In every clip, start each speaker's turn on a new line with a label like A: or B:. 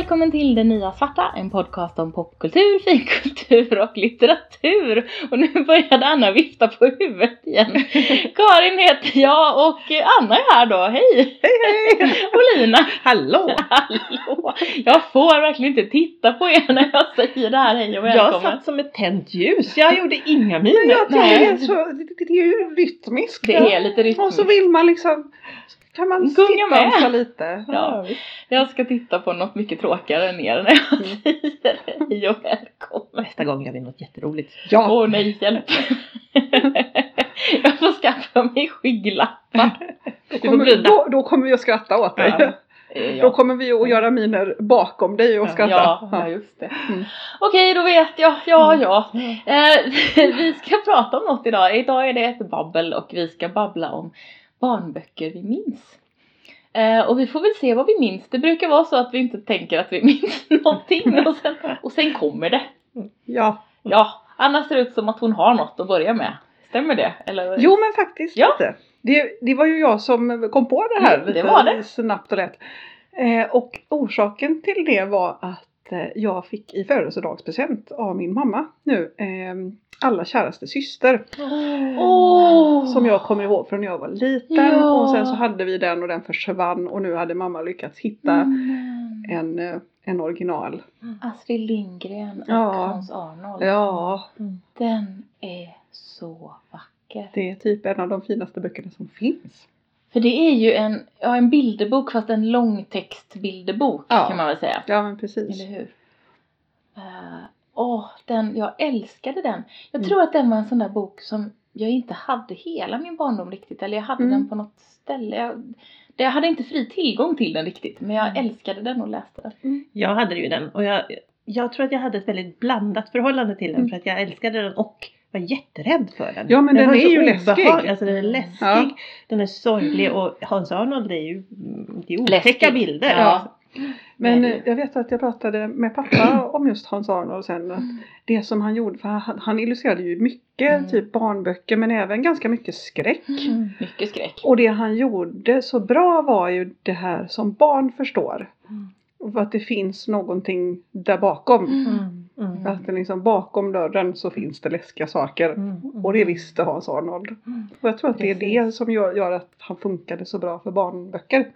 A: välkommen till Den Nya Svarta, en podcast om popkultur, finkultur och litteratur. Och nu började Anna vifta på huvudet igen. Karin heter jag och Anna är här då. Hej!
B: Hej!
A: Och Lina.
B: Hallå!
A: Hallå! Jag får verkligen inte titta på er när jag säger det här. Hej och välkommen.
B: Jag satt som ett tänt ljus. Jag gjorde inga miner. Det är ju rytmiskt.
A: Det är lite rytmiskt.
B: Och så vill man liksom... Kan man sitta lite?
A: Ja, jag ska titta på något mycket tråkigare än er när jag säger hej och välkommen.
B: Nästa gång gör vi något jätteroligt.
A: Ja. Åh nej, hjälp. Jag får skaffa mig skygglappar.
B: Då kommer vi att skratta åt dig. Ja. Då kommer vi att göra miner bakom dig och skratta.
A: Ja, just det. Okej, då vet jag. Ja. Vi ska prata om något idag. Idag är det ett babbel och vi ska babbla om barnböcker vi minns. Och vi får väl se vad vi minns. Det brukar vara så att vi inte tänker att vi minns någonting. Och sen kommer det.
B: Ja.
A: Anna ser ut som att hon har något att börja med. Stämmer det? Eller?
B: Jo, men faktiskt lite. Det var ju jag som kom på det här lite snabbt och lätt. Och orsaken till det var att jag fick i födelsedagspresent av min mamma nu Alla käraste syster. Som jag kommer ihåg från när jag var liten. Ja. Och sen så hade vi den och den försvann. Och nu hade mamma lyckats hitta en original.
A: Astrid Lindgren och Hans Arnold.
B: Ja.
A: Den är så vacker.
B: Det är typ en av de finaste böckerna som finns.
A: För det är ju en bilderbok, fast en långtextbilderbok kan man väl säga.
B: Ja, men precis.
A: Eller hur? Jag älskade den. Jag tror att den var en sån där bok som jag inte hade hela min barndom riktigt. Eller jag hade den på något ställe. Jag hade inte fri tillgång till den riktigt. Men jag älskade den och läste den.
C: Jag hade ju den. Och jag tror att jag hade ett väldigt blandat förhållande till den. För att jag älskade den och var jätterädd för den.
B: Ja, men den är ju läskig.
C: Alltså den är läskig. Den är sorglig. Och Hans Arnold är ju otäcka bilder.
B: Ja. Men jag vet att jag pratade med pappa om just Hans Arnold sen. Att det som han gjorde, för han illustrerade ju mycket typ barnböcker, men även ganska mycket skräck.
A: Mycket skräck.
B: Och det han gjorde så bra var ju det här som barn förstår. Och att det finns någonting där bakom. Att det liksom bakom dörren så finns det läskiga saker. Och det visste Hans Arnold. Och jag tror att det är det som gör att han funkade så bra för barnböcker.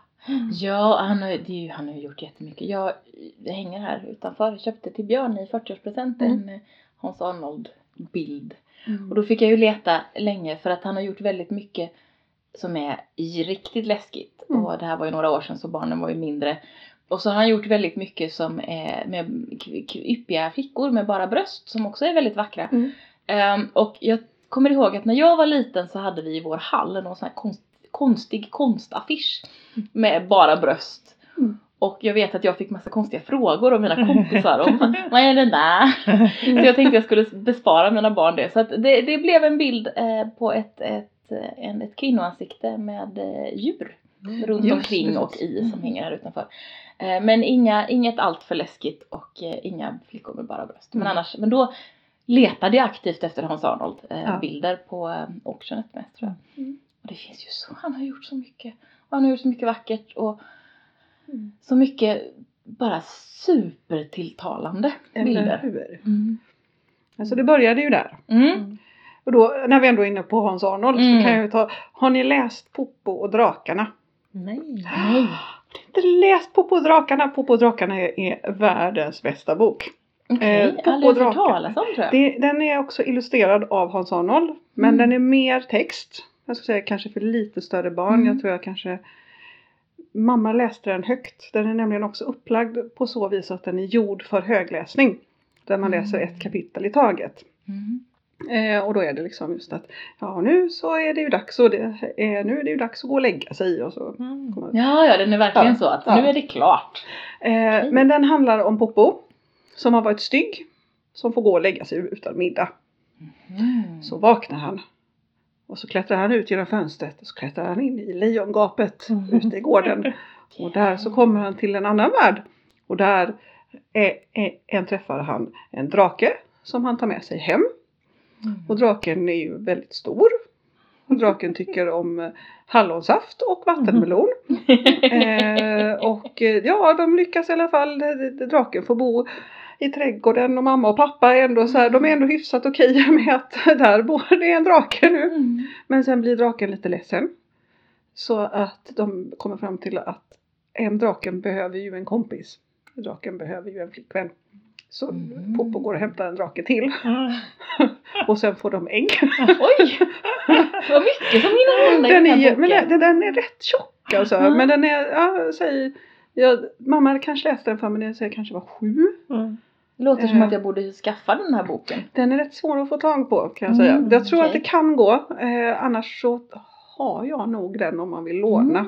A: Ja, han har gjort jättemycket. Jag hänger här utanför. Jag köpte till Björn i 40-årspresent en Hans Arnold-bild. Och då fick jag ju leta länge för att han har gjort väldigt mycket som är riktigt läskigt. Och det här var ju några år sedan så barnen var ju mindre. Och så har han gjort väldigt mycket som är med yppiga flickor med bara bröst som också är väldigt vackra. Och jag kommer ihåg att när jag var liten så hade vi i vår hall någon sån här konstig konstaffisch med bara bröst. Och jag vet att jag fick massa konstiga frågor av mina kompisar om vad är det där? Så jag tänkte jag skulle bespara mina barn det. Så att det blev en bild på ett kvinnoansikte med djur runt omkring och i som hänger här utanför. Men inget allt för läskigt och inga flickor med bara bröst. Men då letade jag aktivt efter Hans Arnold bilder på auctionet mest, tror jag. Och det finns ju så, han har gjort så mycket. Och han har gjort så mycket vackert och så mycket bara supertilltalande bilder.
B: Hur? Alltså det började ju där. Och då, när vi ändå är inne på Hans Arnold så kan jag ju ta, har ni läst Popo och drakarna?
C: Nej.
B: Har ni inte läst Popo och drakarna? Popo och drakarna är världens bästa bok.
A: Okej, aldrig hört talas om, tror jag.
B: Den är också illustrerad av Hans Arnold. Men den är mer text. Jag skulle säga kanske för lite större barn. Jag tror jag kanske... Mamma läste den högt. Den är nämligen också upplagd på så vis att den är gjord för högläsning. Där man läser ett kapitel i taget. Och då är det liksom just att nu så är det ju dags och nu är det ju dags att gå och lägga sig och så.
A: Ja, den är verkligen så att nu är det klart.
B: Men den handlar om Popo som har varit stygg, som får gå och lägga sig utan middag. Så vaknar han och så klättrar han ut genom fönstret och så klättrar han in i lejongapet ute i gården. Och där så kommer han till en annan värld och där träffar han en drake som han tar med sig hem. Och draken är ju väldigt stor. Draken tycker om hallonsaft och vattenmelon. Och ja, de lyckas i alla fall. Draken får bo i trädgården och mamma och pappa är ändå så här, de är ändå hyfsat okej med att där bor det en drake nu. Men sen blir draken lite ledsen. Så att de kommer fram till att draken behöver ju en kompis. Draken behöver ju en flickvän. Så Popo går och hämtar en drake till. Och sen får de ägg.
A: Oj! Vad mycket som hinner hända
B: den är rätt tjock alltså. Men den är, mamma kanske läste den för mig, den säger kanske var 7.
A: Det låter som att jag borde skaffa den här boken.
B: Den är rätt svår att få tag på kan jag säga. Jag tror att det kan gå. Annars så har jag nog den om man vill låna.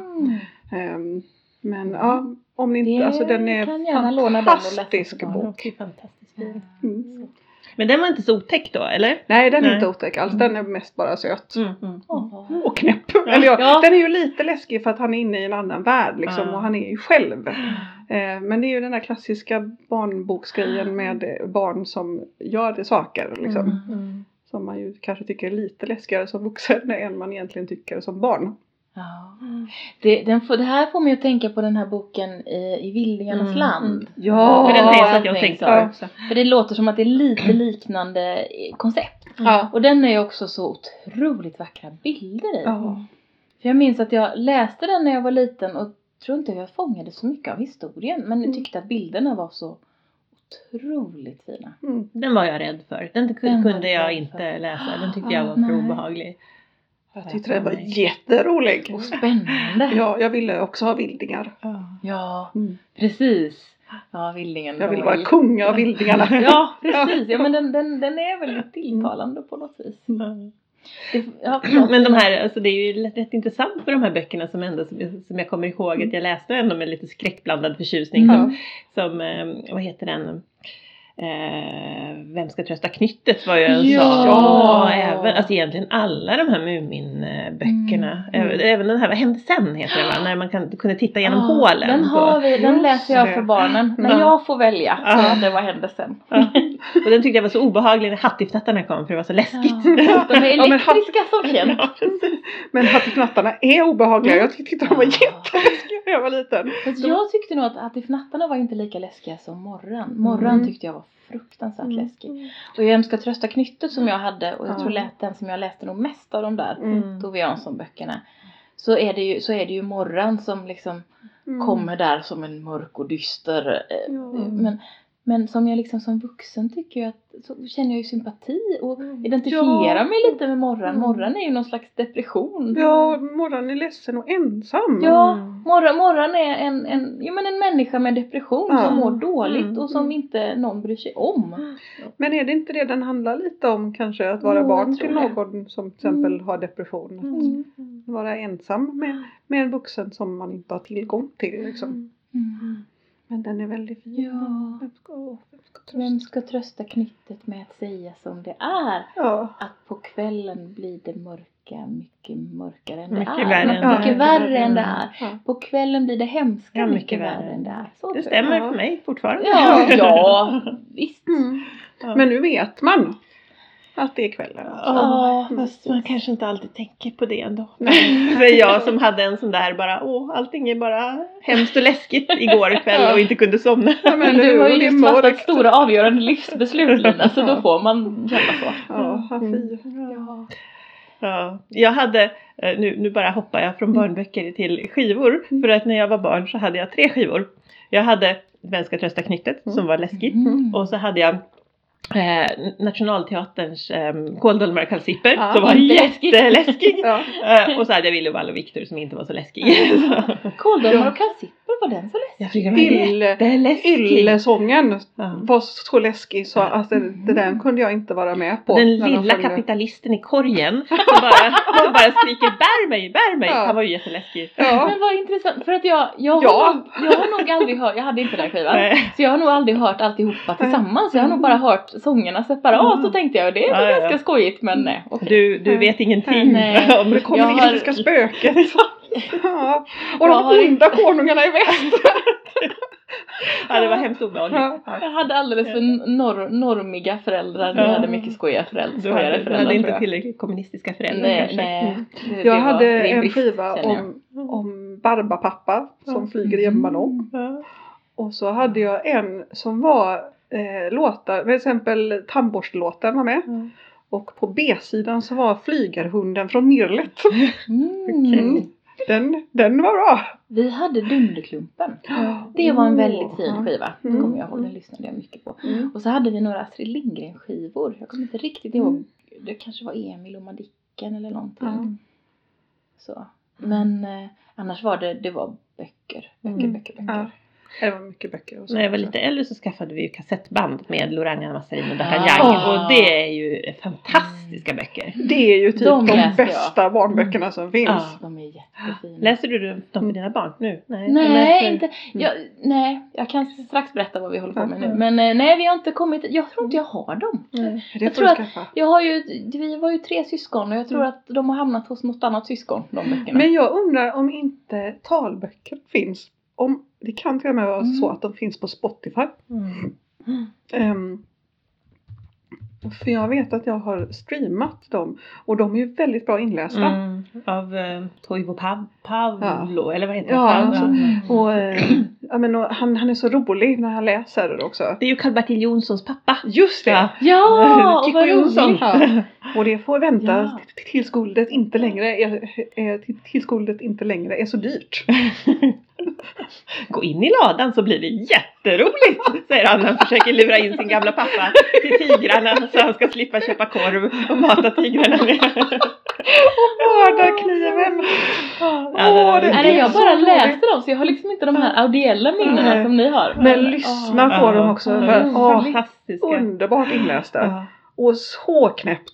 B: Men ja, om ni inte, alltså den är fantastisk bok.
C: Det är fantastiskt fin. Men den var inte så otäck då, eller?
B: Nej, den är inte otäck alls. Den är mest bara söt. Och knäpp. Eller den är ju lite läskig för att han är inne i en annan värld liksom. Och han är ju själv. Men det är ju den där klassiska barnboksgrejen med barn som gör saker liksom. Som man ju kanske tycker är lite läskigare som vuxen än man egentligen tycker som barn.
A: Ja. Det här får mig att tänka på den här boken i Vildingarnas land.
C: Ja, men den är så jag tänkte också.
A: För det låter som att det är lite liknande koncept. Och den är ju också så otroligt vackra bilder i. För jag minns att jag läste den när jag var liten och tror inte jag fångade så mycket av historien. Men jag tyckte att bilderna var så otroligt fina.
C: Den var jag rädd för. Den kunde jag inte läsa. Den tyckte jag var för obehaglig.
B: Jag tyckte det var jätterolig.
A: Och spännande.
B: Ja, jag ville också ha vildingar.
A: Ja, precis. Ja, vildingen.
B: Jag vill vara kung av vildingarna.
A: Ja, precis. Ja, men den är väldigt tilltalande på något vis.
C: Men de här, alltså det är ju rätt intressant med de här böckerna som jag kommer ihåg att jag läste ändå med lite skräckblandad förtjusning. Som vad heter den? Vem ska trösta knyttet var ju en sak. Även, alltså egentligen alla de här Mumin-böckerna. Även den här, vad hände sen heter det va? När man kunde titta genom hålen.
A: Den läser jag för barnen. När jag får välja. Det var hände sen.
C: Och den tyckte jag var så obehaglig när hattifnattarna kom. För det var så läskigt.
A: De är elektriska som känt.
B: Men hattifnattarna är obehagliga. Jag tyckte de var jätteläskiga när jag var liten.
A: Jag tyckte nog att hattifnattarna var inte lika läskiga som Morran tyckte jag var fruktansvärt läskig. Och i Vem ska trösta knyttet som jag hade. Och jag tror den som jag läste nog mest av de där Tove Jansson-böckerna. Så är det ju Morran som liksom kommer där som en mörk och dyster. Men som jag liksom som vuxen tycker jag att så känner jag ju sympati och identifierar mig lite med Morran. Morran är ju någon slags depression.
B: Ja, Morran är ledsen och ensam.
A: Ja, Morran är en människa med depression som mår dåligt och som inte någon bryr sig om.
B: Men är det inte det den handlar lite om kanske? Att vara barn till någon som till exempel har depression. Att vara ensam med en vuxen som man inte har tillgång till liksom. Men den är väldigt fin.
A: Ja. Vem ska trösta knyttet med att säga som det är?
B: Ja.
A: Att på kvällen blir det mörka mycket mörkare än det
C: mycket
A: är. Mycket värre än det är. På kvällen blir det hemska mycket värre än det är. Så
C: det stämmer för mig fortfarande.
A: Ja, visst.
B: Men nu vet man att det är kvällen.
C: Ja, fast man kanske inte alltid tänker på det ändå. För jag som hade en sån där bara, allting är bara hemskt och läskigt igår kväll och inte kunde somna.
A: Men du har ju just fattat stora avgörande livsbeslut, Lina, så då får man känna så.
C: Ja, jag hade, nu bara hoppar jag från barnböcker till skivor. För att när jag var barn så hade jag 3 skivor. Jag hade Vem ska trösta knyttet som var läskigt. Och så hade jag Nationalteaterns Kåldolmar och kalsipper som var jätteläskig. Och så hade jag Ville, Wall och Viktor som inte var så läskig.
A: Kåldolmar och kalsipper, var den så läskig?
B: Yllesången var så läskig så att det där kunde jag inte vara med på.
C: Den lilla kapitalisten i korgen som bara skriker bär mig. Han var ju jätteläskig.
A: Men vad intressant, för att jag har nog aldrig hört, jag hade inte den skivan. Så jag har nog aldrig hört alltihopa tillsammans. Jag har nog bara hört sångerna separat och tänkte jag det är ganska skojigt, men nej.
C: Okay. Du vet ingenting
B: om det kommunistiska spöket. Och de onda konungarna i väst.
C: Ja, det var hemskt obehagligt.
B: Ja.
A: Jag hade alldeles för normiga föräldrar. Jag hade mycket skojigare föräldrar.
C: Du hade inte tillräckligt kommunistiska föräldrar.
A: Nej.
B: Jag hade en skiva om Barbapappa som flyger i en ballong. Och så hade jag en som var låtar, till exempel Tandborstelåten var med. Och på B-sidan så var Flygarhunden från Mirlet. Den var bra.
A: Vi hade Dunderklumpen. Det var en väldigt fin skiva. Det kommer jag ihåg, den lyssnade jag mycket på. Och så hade vi några Astrid Lindgren skivor. Jag kommer inte riktigt ihåg. Det kanske var Emil och Madicken eller någonting. Så. Men annars var det var böcker.
B: Ja. Det var mycket böcker. Och så
C: när jag var lite äldre så skaffade vi ju kassettband med Loranga, Massarin och D'Artagnan. Och det är ju fantastiska böcker.
B: Det är ju typ de bästa barnböckerna som finns.
A: Ja, de är jättefina.
C: Läser du dem för dina barn nu?
A: Nej, inte. Jag kan strax berätta vad vi håller på med nu. Men nej, vi har inte kommit. Jag tror inte jag har dem.
B: Det får du skaffa.
A: Vi var ju 3 syskon och jag tror att de har hamnat hos något annat syskon, de böckerna.
B: Men jag undrar om inte talböcker finns. Det kan till och med vara så att de finns på Spotify. För jag vet att jag har streamat dem. Och de är ju väldigt bra inlästa.
C: Av Toivo Pavlo. Eller vad heter
B: han? Och han är så rolig när han läser också.
C: Det är ju Karl-Bertil Jonssons pappa.
B: Just det.
A: Ja,
C: Kikko Jonsson.
B: Och det får vänta tills guldet inte längre är så dyrt.
C: Gå in i ladan så blir det jätteroligt, säger han när han försöker lura in sin gamla pappa till tigrarna så han ska slippa köpa korv och mata tigrarna med.
B: Och mördarkniven.
A: Jag bara läste dem så jag har liksom inte de här audiella minnena som ni har.
B: Men lyssna på dem också.
C: Fantastiska.
B: Underbart inlästa. Och så knäppt.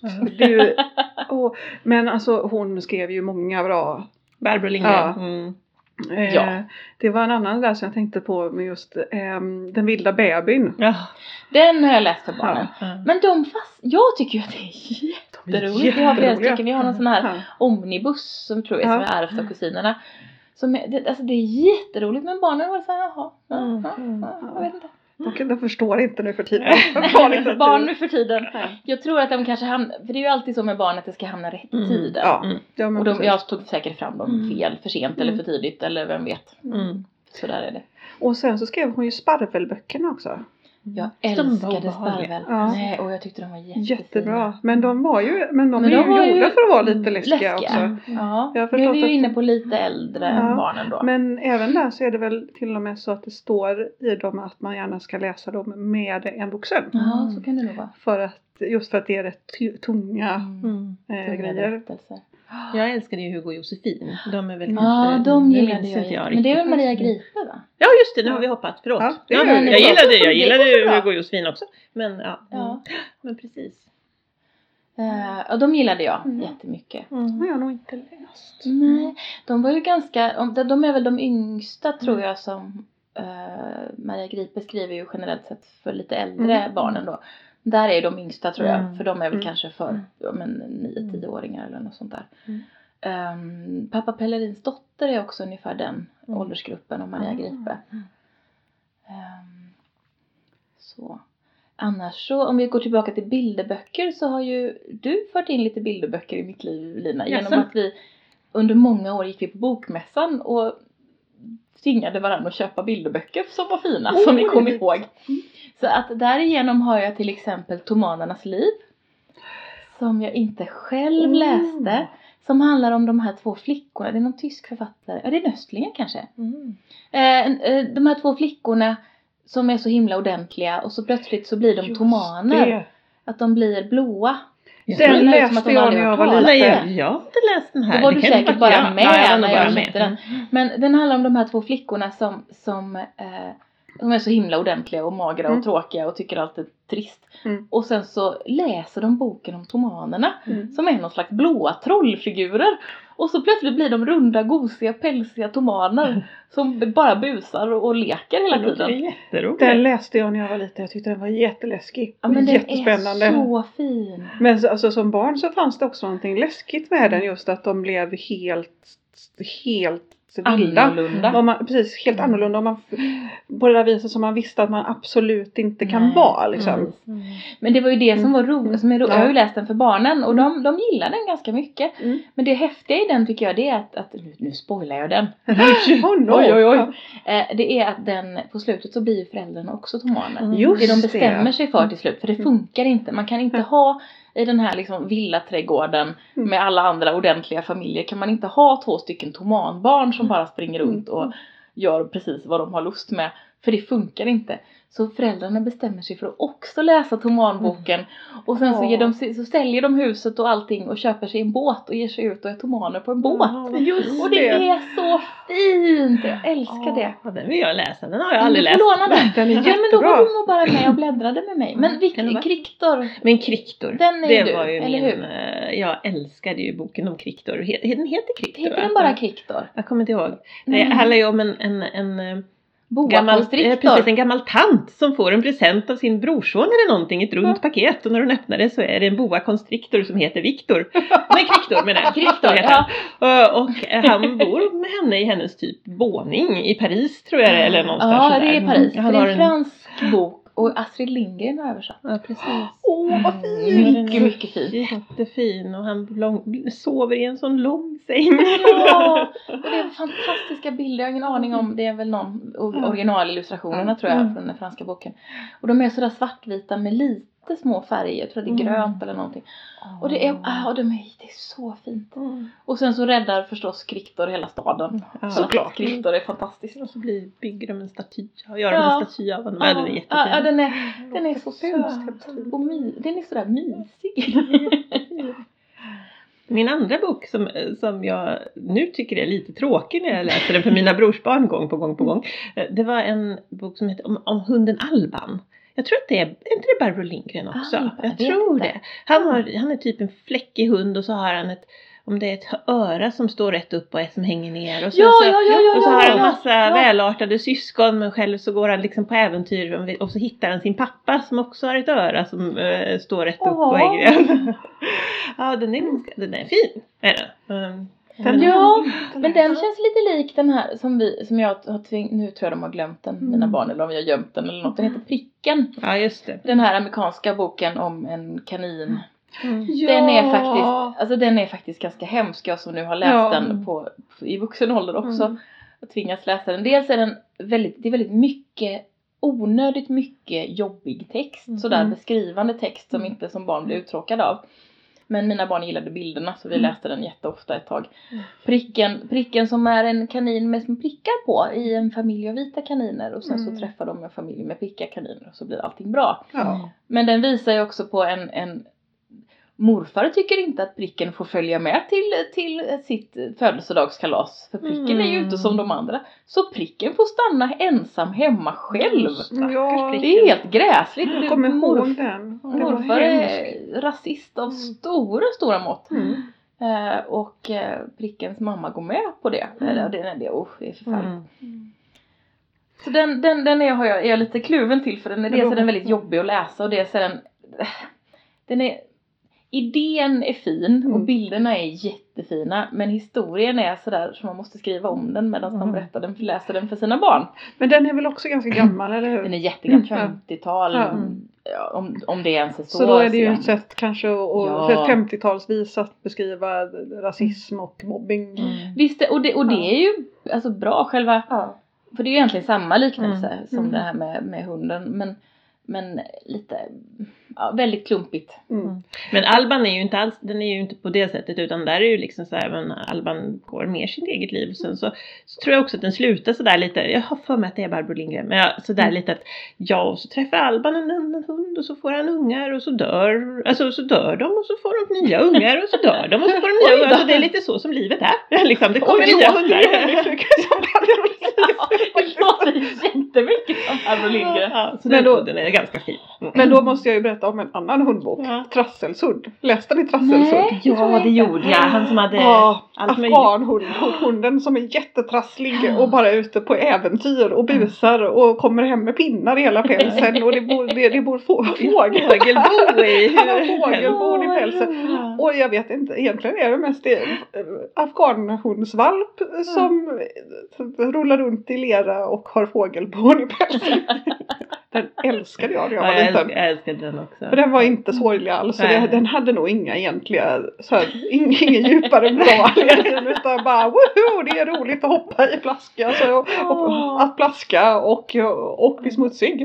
B: Men alltså hon skrev ju många bra.
C: Barbro Lindgren.
B: Det var en annan där som jag tänkte på med just Den vilda bebyn.
A: Den har jag läst för barnen. Men jag tycker ju att det är jätteroligt. Vi har flera stycken. Vi har någon sån här omnibus som tror jag som är ärvt av kusinerna. Det är jätteroligt, men barnen var så här, jag vet inte.
B: De förstår inte nu för tiden.
A: Barn nu för tiden. Jag tror att de kanske hamnar, för det är ju alltid så med barn att det ska hamna rätt i tiden. Och jag tog säkert fram dem fel, för sent eller för tidigt, eller vem vet. Så där är det.
B: Och sen så skrev hon ju Sparvelböckerna också.
A: Jag älskade Sparvel. Nej, och jag tyckte de var
B: jättebra. Men de är ju gjorda för att vara lite läskiga också.
A: Ja, nu är vi ju inne på lite äldre barnen då.
B: Men även där så är det väl till och med så att det står i dem att man gärna ska läsa dem med en vuxen.
A: Ja, så kan det nog vara.
B: Just för att det är rätt tunga grejer.
C: Jag älskade ju Hugo och Josefin. De är väl
A: de gillade jag. Men det är väl Maria Gripe, va?
C: Ja, just det. Nu har vi hoppat. Förlåt. Jag gillade Hugo och Josefin också. Men men precis.
A: Och de gillade jag jättemycket.
B: har jag nog inte läst.
A: Nej, de var ju ganska, de är väl de yngsta tror jag som Maria Gripe skriver ju generellt sett för lite äldre barnen då. Där är de yngsta tror jag. För de är väl kanske för 9-10-åringar eller något sånt där. Pappa Pellerins dotter är också ungefär den åldersgruppen av Maria Gripe. Så. Annars så, om vi går tillbaka till bilderböcker så har ju du fört in lite bilderböcker i mitt liv, Lina. Genom att vi under många år gick vi på bokmässan och tvingade varandra att köpa bilderböcker som var fina, som ni kom ihåg. Så att därigenom har jag till exempel Tomanernas liv. Som jag inte själv läste. Som handlar om de här 2 flickorna. Det är någon tysk författare. Ja, det är Nöstlingen kanske. De här 2 flickorna som är så himla ordentliga. Och så plötsligt så blir de tomaner. Att de blir blåa.
B: Den läste jag när jag var liten.
C: Nej, jag har inte läst den här.
A: Då var du säkert bara med när jag köpte den. Men den handlar om de här 2 flickorna som de är så himla ordentliga och magra och tråkiga och tycker allt är trist. Och sen så läser de boken om tomanerna som är någon slags blåa trollfigurer. Och så plötsligt blir de runda, gosiga, pälsiga tomaner som bara busar och leker hela tiden.
C: Det är jätteroligt.
B: Den läste jag när jag var liten. Jag tyckte den var jätteläskig.
A: Ja, men
B: jättespännande.
A: Den är så fin.
B: Men alltså, som barn så fanns det också någonting läskigt med den. Just att de blev helt vilda. Precis, helt annorlunda. Och på det där viset som man visste att man absolut inte kan vara. Liksom.
A: Men det var ju det som var roligt. Jag har ju läst den för barnen och de gillar den ganska mycket. Men det häftiga i den tycker jag det är att nu spoilar jag den. Oj. Det är att den på slutet så blir ju föräldrarna också tomaner. Det de bestämmer sig för till slut. För det funkar inte. Man kan inte ha i den här liksom villaträdgården med alla andra ordentliga familjer kan man inte ha 2 stycken tomanbarn som bara springer runt och gör precis vad de har lust med. För det funkar inte. Så föräldrarna bestämmer sig för att också läsa tomanboken. Och sen så säljer de huset och allting och köper sig en båt och ger sig ut och är tomaner på en båt. Och det är så fint. Jag älskar det.
C: Ja, den vill jag läsa. Den har jag aldrig läst.
A: Den är jättebra. Men då var du nog bara med och bläddrade med mig. Men Kriktor.
C: Men Kriktor.
A: Den är
C: det var ju
A: eller hur?
C: Jag älskade ju boken om Kriktor. Den heter Kriktor.
A: Heter den bara Kriktor?
C: Jag kommer inte ihåg. Det handlar ju om en
A: en
C: gammal tant som får en present av sin brorson eller någonting, ett runt paket, och när hon öppnar det så är det en boa constrictor som heter Viktor. Nej, Kriktor menar jag. Kriktor heter han. Och han bor med henne i hennes typ våning i Paris tror jag det, eller någonstans.
A: Ja, det är i Paris. Det är en fransk bok. Och Astrid Lindgren har översatt.
C: Ja, precis.
A: Vad fint. Mycket fint.
C: Jättefin. Och han sover i en sån lång säng.
A: Ja, och det är fantastiska bilder. Jag har ingen aning om, det är väl någon originalillustrationerna tror jag från den franska boken. Och de är sådär svartvita med lite små färger. Jag tror det är grönt eller någonting. Och det är, det är så fint. Och sen så räddar förstås Kriktor hela staden.
B: Såklart.
A: Kriktor är fantastiskt.
C: Och så bygger de en staty och gör en staty av honom. Den är jättefin.
A: Den är så söt. Och den är sådär mysig.
C: Min andra bok som jag nu tycker är lite tråkig när jag läser den för mina brorsbarn gång på gång. Det var en bok som heter om hunden Alban. Jag tror att det är inte det Barbro Lindgren också. Jag tror det. Han är typ en fläckig hund och så har han om det är ett öra som står rätt upp och ett som hänger ner. Och så har han en massa välartade syskon, men själv så går han liksom på äventyr och så hittar han sin pappa som också har ett öra som står rätt upp och hänger ner. Ja, den är fin.
A: Men den känns lite lik den här som jag har nu tror jag de har glömt den, mina barn, eller om jag har gömt den eller något. Den heter Pricken.
C: Ja, just det.
A: Den här amerikanska boken om en kanin. Den är faktiskt ganska hemsk. Jag som nu har läst den i vuxen ålder också. Och tvingas läsa den. Dels är den väldigt mycket onödigt mycket jobbig text. Sådär beskrivande text som inte som barn blir uttråkad av. Men mina barn gillade bilderna så vi läste den jätteofta ett tag. Pricken som är en kanin med små prickar på i en familj av vita kaniner. Och sen så träffar de en familj med prickiga kaniner och så blir allting bra. Ja. Men den visar ju också på en morfar tycker inte att Pricken får följa med till sitt födelsedagskalas. För Pricken är ju inte som de andra. Så Pricken får stanna ensam hemma själv.
B: Ja,
A: det är helt gräsligt.
B: Jag kommer ihåg den.
A: Morfar är rasist av stora mått. Och Prickens mamma går med på det. Det är förfärligt. Så den är jag lite kluven till. För den är väldigt jobbig att läsa. Och dels är den är... Idén är fin och bilderna är jättefina. Men historien är sådär så man måste skriva om den medan man läser den för sina barn.
B: Men den är väl också ganska gammal, eller hur?
A: Den är jättegammal, 50-tal. Om det ens är så.
B: Så då är det ju ett sätt kanske för 50-talsvis att beskriva rasism och mobbing.
A: Visst, och det är ju alltså bra själva. För det är ju egentligen samma liknelse som det här med hunden. Men lite väldigt klumpigt.
C: Men Alban är ju inte alls, den är ju inte på det sättet, utan där är ju liksom så här, men Alban går mer sitt eget liv och sen så tror jag också att den slutar så där lite. Jag har för mig att det är Barbro Lindgren, men så där lite att och så träffar Alban en annan hund och så får han ungar och så dör de och så får de nya ungar och så dör de och så får de nya ungar. Alltså det är lite så som livet är. Liksom det kommer nya hundar.
A: Det låter inte mycket som Barbro Lindgren.
C: Ja, så den är ganska fin.
B: Men då måste jag ju berätta om en annan hundbok. Trasselshund. Läste ni Trasselshund?
A: Nej,
C: Ja, det gjorde jag. Han som hade allt möjligt.
B: Afghanhunden som är jättetrasslig och bara ute på äventyr och busar och kommer hem med pinnar i hela pälsen och det bor fågelbon i pälsen. Och jag vet inte, egentligen är det mest afghanhundsvalp som rullar runt i lera och har fågelbon i pälsen. Den älskade jag när jag var liten.
C: Jag älskade den också.
B: För den var inte sorglig alls. Så den hade nog inga egentliga, ingen djupare bra utan bara, woho, det är roligt att hoppa i plaska. Så, att plaska och bli smutsig.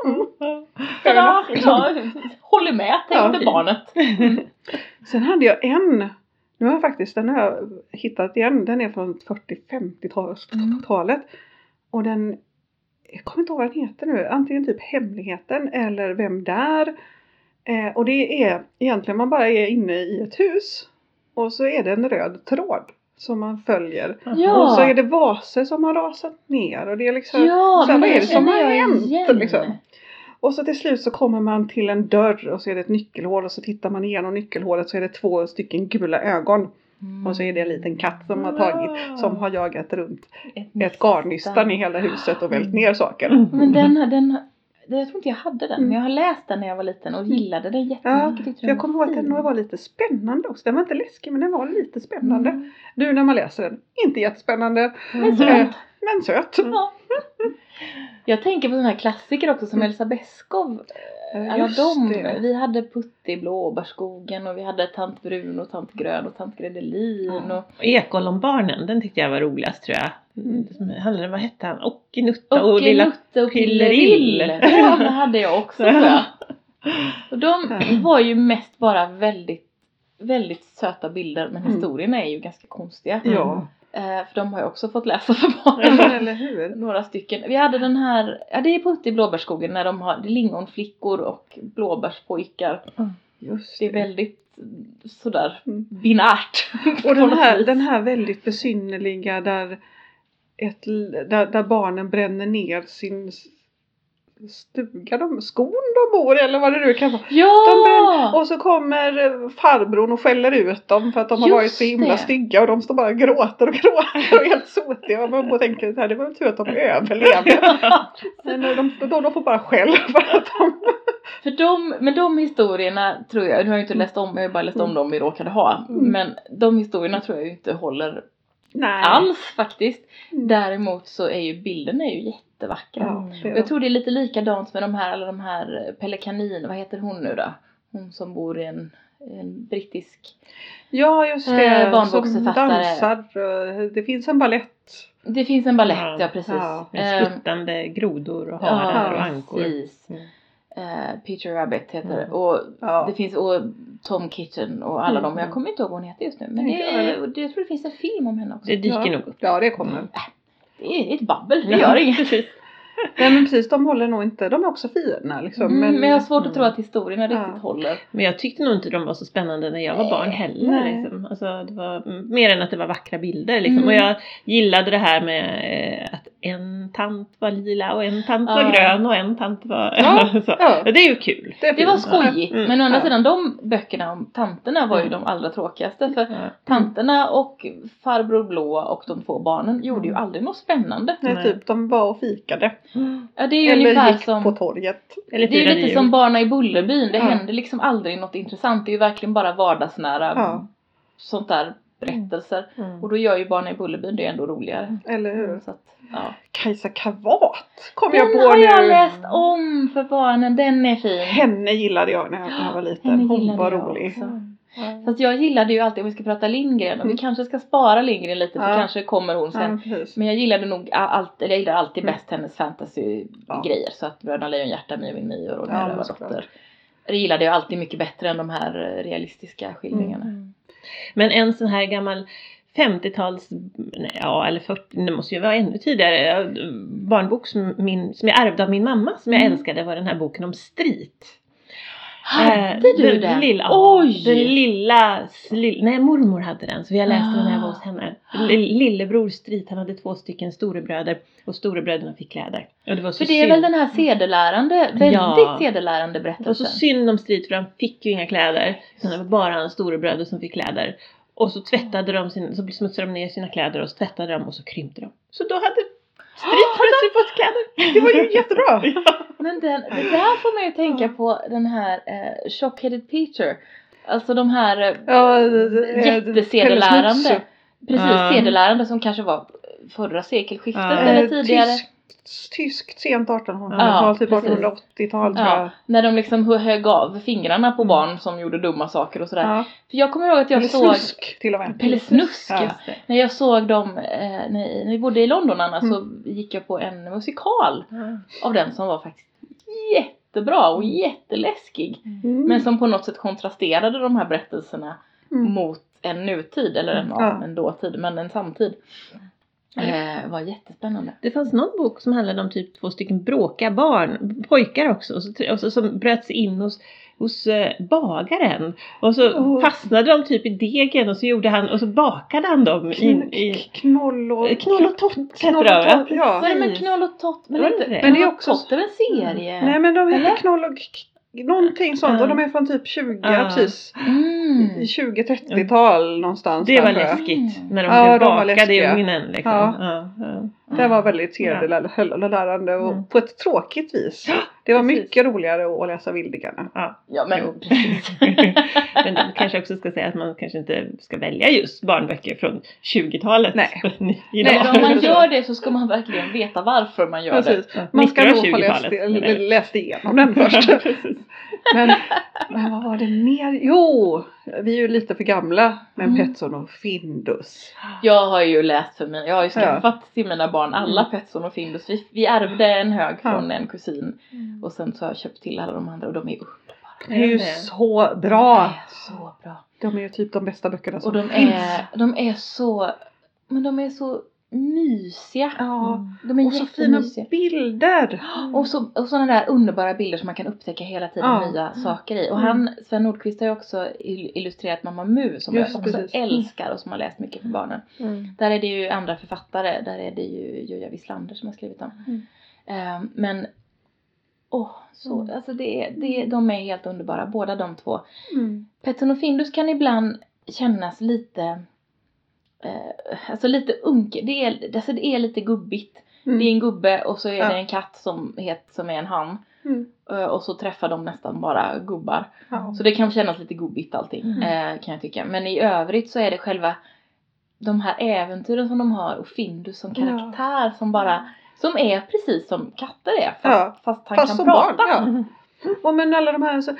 A: Håller med, tänkte barnet.
B: Sen hade jag nu har den har jag hittat igen. Den är från 40-50-talet. Och jag kommer inte ihåg vad den heter nu. Antingen typ Hemligheten eller Vem där? Och det är egentligen man bara är inne i ett hus. Och så är det en röd tråd som man följer.
A: Ja.
B: Och så är det vaser som har rasat ner. Och det är liksom,
A: vad
B: är det som har hänt? Liksom. Och så till slut så kommer man till en dörr och så är det ett nyckelhål. Och så tittar man igenom nyckelhålet så är det 2 stycken gula ögon. Och så är det en liten katt som har jagat runt ett garnnystan i hela huset och vält ner saker.
A: Men jag tror inte jag hade den. Men jag har läst den när jag var liten och gillade den jättemycket.
B: Jag kommer ihåg att den var lite spännande också. Den var inte läskig men den var lite spännande. Nu när man läser den, inte jättespännande. Men söt.
A: Ja. Jag tänker på den här klassiker också som Elsa Beskow. Alla vi hade Putte i blåbärskogen och vi hade Tant Brun och Tant Grön och Tant Gredelin. Och
C: Ekollonbarnen, den tyckte jag var roligast tror jag. Vad hette han? Ockenutta och Lilla
A: Pillerill. Ja, det hade jag också tror jag. Och de var ju mest bara väldigt, väldigt söta bilder. Men historierna är ju ganska konstiga.
B: Ja.
A: För de har jag också fått läsa för barnen.
B: Eller hur?
A: Några stycken. Vi hade den här, det är Putte i blåbärskogen när de har lingonflickor och blåbärspojkar.
B: Just
A: det är väldigt sådär binärt.
B: Och den här väldigt besynnerliga där barnen bränner ner sin stuga, skon de bor eller vad det nu kan vara.
A: Ja!
B: Och så kommer farbrorn och skäller ut dem för att de har varit så himla stygga och de står bara och gråter och är helt sotiga. Och man tänker så här, det var väl tur att de överlevde. Men de får bara skäll för att
A: men de historierna tror jag, nu har jag inte läst om, jag har bara läst om dem vi råkade ha. Men de historierna tror jag inte håller alls faktiskt. Däremot så är ju bilden jättevackra. Och jag tror det är lite likadant med alla de här pelikanin, vad heter hon nu då? Hon som bor i en brittisk barnboksförfattare.
B: Dansar. Det finns en ballett.
A: Det finns en ballett, ja precis.
C: Med skuttande grodor och harar och ankor.
A: Precis. Peter Rabbit heter det. Och det finns Tom Kitten och alla dem. Jag kommer inte ihåg vad hon heter just nu. Men jag tror det finns en film om henne också.
C: Det dyker nog upp.
B: Ja, det kommer.
A: Det är ett babbel, det gör inget.
B: Nej men precis, de håller nog inte, de är också fina liksom.
A: Men jag har svårt att tro att historierna riktigt håller.
C: Men jag tyckte nog inte de var så spännande när jag var barn heller. Liksom. Alltså, det var mer än att det var vackra bilder. Liksom. Och jag gillade det här med att en tant var lila och en tant var grön och en tant var... så. Det är ju kul.
A: Det var skojigt. Men å andra sidan, de böckerna om tanterna var ju de allra tråkigaste. För tanterna och farbror Blå och de 2 barnen gjorde ju aldrig något spännande.
B: Nej, typ de var och fikade.
A: Ja, det är ju
B: eller
A: ungefär
B: gick
A: som
B: på torget.
A: Eller det är lite som Barna i Bullerbyn. Det händer liksom aldrig något intressant. Det är ju verkligen bara vardagsnära sånt där berättelser. Och då gör ju Barna i Bullerbyn det ändå roligare.
B: Eller hur?
A: Så att,
B: Kajsa Kavat kom jag på nu.
A: Den har jag läst om för barnen. Den är fin.
B: Henne gillade jag när jag var liten. Hon var rolig.
A: Fast jag gillade ju alltid, om vi ska prata Lindgren, och vi kanske ska spara Lindgren lite, för kanske kommer hon sen. Men jag gillade nog alltid bäst hennes fantasy-grejer. Så att Bröderna Lejonhjärta, Mio min Mio och Rövardotter. Det gillade jag alltid mycket bättre än de här realistiska skildringarna.
C: Men en sån här gammal 50-tals, eller 40, det måste ju vara ännu tidigare, barnbok som jag ärvde av min mamma, som jag älskade, var den här boken om Street.
A: Hade du den?
C: Oj! Den lilla, nej mormor hade den, så vi har läst den när jag var hos henne. Lillebror Strid, han hade 2 stycken storebröder och storebröderna fick kläder. Och det var så
A: för det är väl den här sedelärande, väldigt sedelärande berättelsen.
C: Det var så synd om Strid, för han fick ju inga kläder. Så det var bara hans storebröder som fick kläder. Och så tvättade de så smutsade de ner sina kläder och så tvättade de och så krympte de. Så då hade Strid plötsligt fått kläder.
B: Det var ju jättebra.
A: Men det där får man ju tänka på den här Shock-Headed Peter. Alltså de här jättesedelärande. Precis, sedelärande som kanske var förra sekelskiftet eller tidigare.
B: Tyskt sent 1800-tal, typ 1880-tal tror jag.
A: När de liksom högg av fingrarna på barn som gjorde dumma saker och sådär. Ja. För jag kommer ihåg att jag såg...
B: Snusk till och med.
A: Pelle Snusk, ja. När jag såg dem, när vi bodde i London så gick jag på en musikal av den som var faktiskt jättebra och jätteläskig. Men som på något sätt kontrasterade de här berättelserna mot en nutid, eller en dåtid, men en samtid. Var jättespännande.
C: Det fanns någon bok som handlade om typ 2 stycken bråkiga pojkar också. Och så som bröts in hos bagaren. Och så fastnade de typ i degen och så gjorde han, och så bakade han dem in i
B: Knoll och Tott.
A: Ja. Men Knoll och Tott, men det är också Tott är en serie.
B: Nej, men de heter Knoll och någonting sånt, och de är från typ 20-30-tal någonstans.
C: Det var läskigt när de bakade i ugnen liksom.
B: Det var väldigt lärande och på ett tråkigt vis. Det var mycket roligare att läsa Vildigarna.
A: Ja, men precis.
C: Men de kanske också ska säga att man kanske inte ska välja just barnböcker från 20-talet.
B: Nej,
A: om man gör det så ska man verkligen veta varför man gör det.
B: Man ska nog ha läst igenom den först. Men vad var det mer? Jo, vi är ju lite för gamla med Petson och Findus.
A: Jag har ju läst jag har ju skaffat till mina barn alla Petson och Findus. Vi ärvde en hög från en kusin. Och sen så har jag köpt till alla de andra och de är underbara.
B: Det är ju så bra.
A: Så bra.
B: De är ju typ de bästa böckerna som
A: finns. Och de är så mysiga.
B: Ja.
A: De är
B: och så fina bilder.
A: Och sådana där underbara bilder som man kan upptäcka hela tiden nya saker i. Och Sven Nordqvist har ju också illustrerat Mamma Mu som jag också älskar och som har läst mycket för barnen. Där är det ju andra författare. Där är det ju Joja Wislander som har skrivit dem. Men alltså de är helt underbara, båda de två. Petson och Findus kan ibland kännas lite alltså lite det är lite gubbigt. Det är en gubbe och så är det en katt som är en han. Och så träffar de nästan bara gubbar. Så det kan kännas lite gubbigt allting, kan jag tycka. Men i övrigt så är det själva de här äventyren som de har och Findus som karaktär som är precis som katter är. Fast han kan prata.
B: Barn, Och men alla de här så,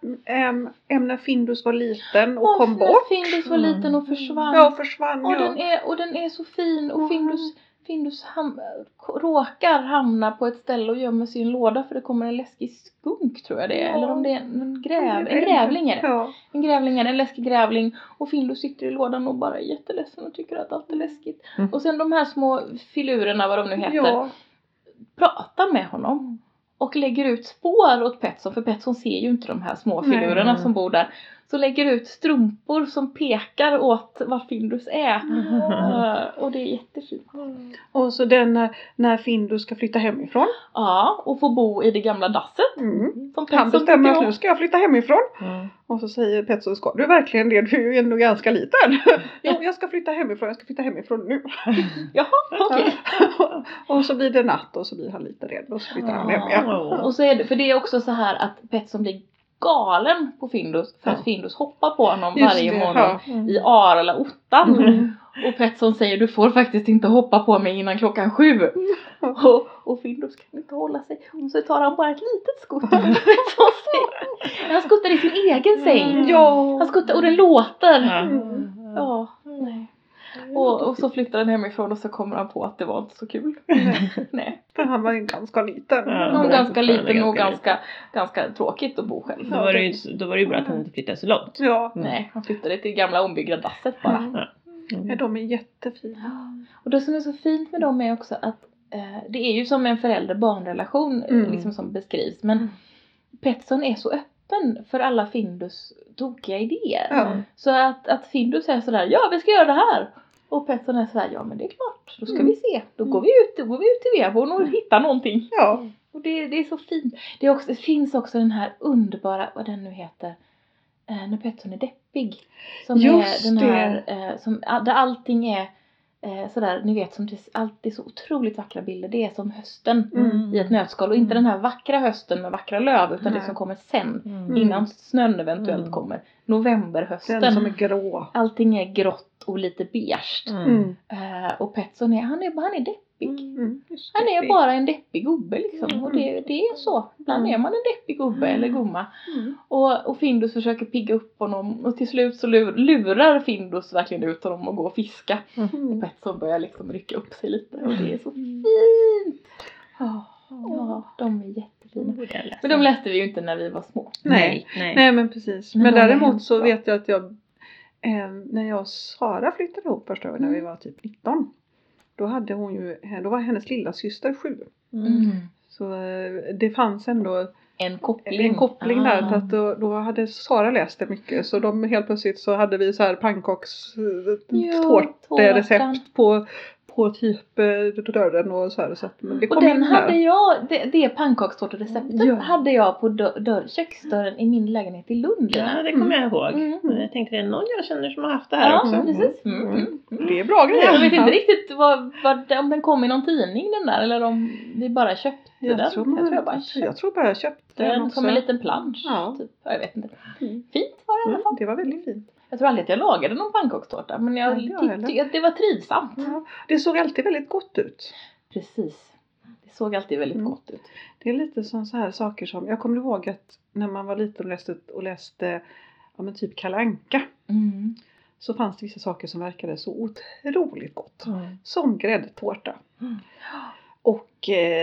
B: när Findus var liten och kom bort.
A: När Findus var liten och försvann. Och den är så fin. Och Findus råkar hamna på ett ställe och gömmer sin låda för det kommer en läskig skunk, tror jag det är. Eller om det är en grävling är det. En grävling är det, en läskig grävling. Och Findus sitter i lådan och bara är jätteledsen och tycker att allt är läskigt. Och sen de här små filurerna, vad de nu heter, pratar med honom. Och lägger ut spår åt Petson. För Petson ser ju inte de här små filurerna som bor där. Så lägger ut strumpor som pekar åt vad Findus är. Och det är jättefint.
B: Och så när Findus ska flytta hemifrån.
A: Ja, och få bo i det gamla dasset.
B: Som han bestämmer att nu ska jag flytta hemifrån. Och så säger Petson, ska du verkligen det? Du är ju ändå ganska liten. Jo, jag ska flytta hemifrån. Jag ska flytta hemifrån nu.
A: Jaha, okej.
B: Och så blir det natt och så blir han lite rädd. Och så flyttar han hem igen.
A: Och så är det, för det är också så här att Petson blir galen på Findus. För att Findus hoppar på honom varje morgon i Arla-ottan. Och Petson säger, du får faktiskt inte hoppa på mig innan 7:00. Och Findus kan inte hålla sig. Och så tar han bara ett litet skutt. Han skuttar i sin egen säng. Han skuttar och den låter. Nej. Och så flyttar han hemifrån och så kommer han på att det var inte så kul. Nej.
B: För han var ju ganska liten.
A: Ganska liten och ganska tråkigt att bo själv.
C: Då var det ju bra att han inte flyttade så långt.
A: Nej, han flyttade till gamla ombyggda dasset bara.
B: Ja, de är jättefina.
A: Och det som är så fint med dem är också att det är ju som en förälder-barnrelation liksom som beskrivs. Men Petson är så öppen botten för alla Findus tokiga idéer.
B: Ja.
A: Så att Findus är sådär, ja vi ska göra det här. Och Pettersson är sådär, ja men det är klart, då ska vi se. Då går vi ut till Vebon och hittar någonting.
B: Ja.
A: Och det är så fint. Det finns också den här underbara, vad den nu heter, när Pettersson är deppig. Som
B: Just
A: är den här, där allting är sådär, ni vet, som det alltid är så otroligt vackra bilder. Det är som hösten i ett nötskal. Och inte den här vackra hösten med vackra löv, utan det som kommer sen. Innan snön eventuellt kommer. Novemberhösten.
B: Den som är grå.
A: Allting är grått och lite beige. Och Pettersson han är deppig. Han är bara en deppig gubbe liksom. Och det är så. Ibland är man en deppig gubbe eller gumma. Och Findus försöker pigga upp honom. Och till slut så lurar Findus verkligen ut honom och gå och fiska. Och Pettersson börjar liksom rycka upp sig lite. Och det är så fint. Ja, de är jättefina. Men de läste vi ju inte när vi var små.
B: Nej men precis. Men däremot så vet jag att jag när jag och Sara flyttade ihop första gången när vi var typ 19. Då var hennes lilla syster 7. Så det fanns ändå en koppling där. För att då hade Sara läst det mycket. Så helt plötsligt så hade vi så här pannkakstårtrecept på typ dörren och så här. Så att det kom
A: och den
B: in
A: hade jag, det pannkakstårtreceptet hade jag på köksdörren i min lägenhet i Lund.
C: Ja, det kommer jag ihåg. Jag tänkte det är någon jag känner som har haft det här också.
A: Precis.
B: Det är bra grejer.
A: Jag vet inte riktigt om den kom i någon tidning den där, eller om vi bara köpte den.
B: Jag tror bara jag köpte den också.
A: Som en liten plansch. Typ. Jag vet inte. Fint var det i alla fall.
B: Det var väldigt fint.
A: Jag tror aldrig att jag lagade någon pannkakstårta. Men jag tyckte att det var trivsamt.
B: Ja, det såg alltid väldigt gott ut.
A: Precis. Det såg alltid väldigt gott ut.
B: Det är lite så här saker som... Jag kommer ihåg att när man var liten och läste typ Kalle Anka. Så fanns det vissa saker som verkade så otroligt gott. Som gräddtårta. Och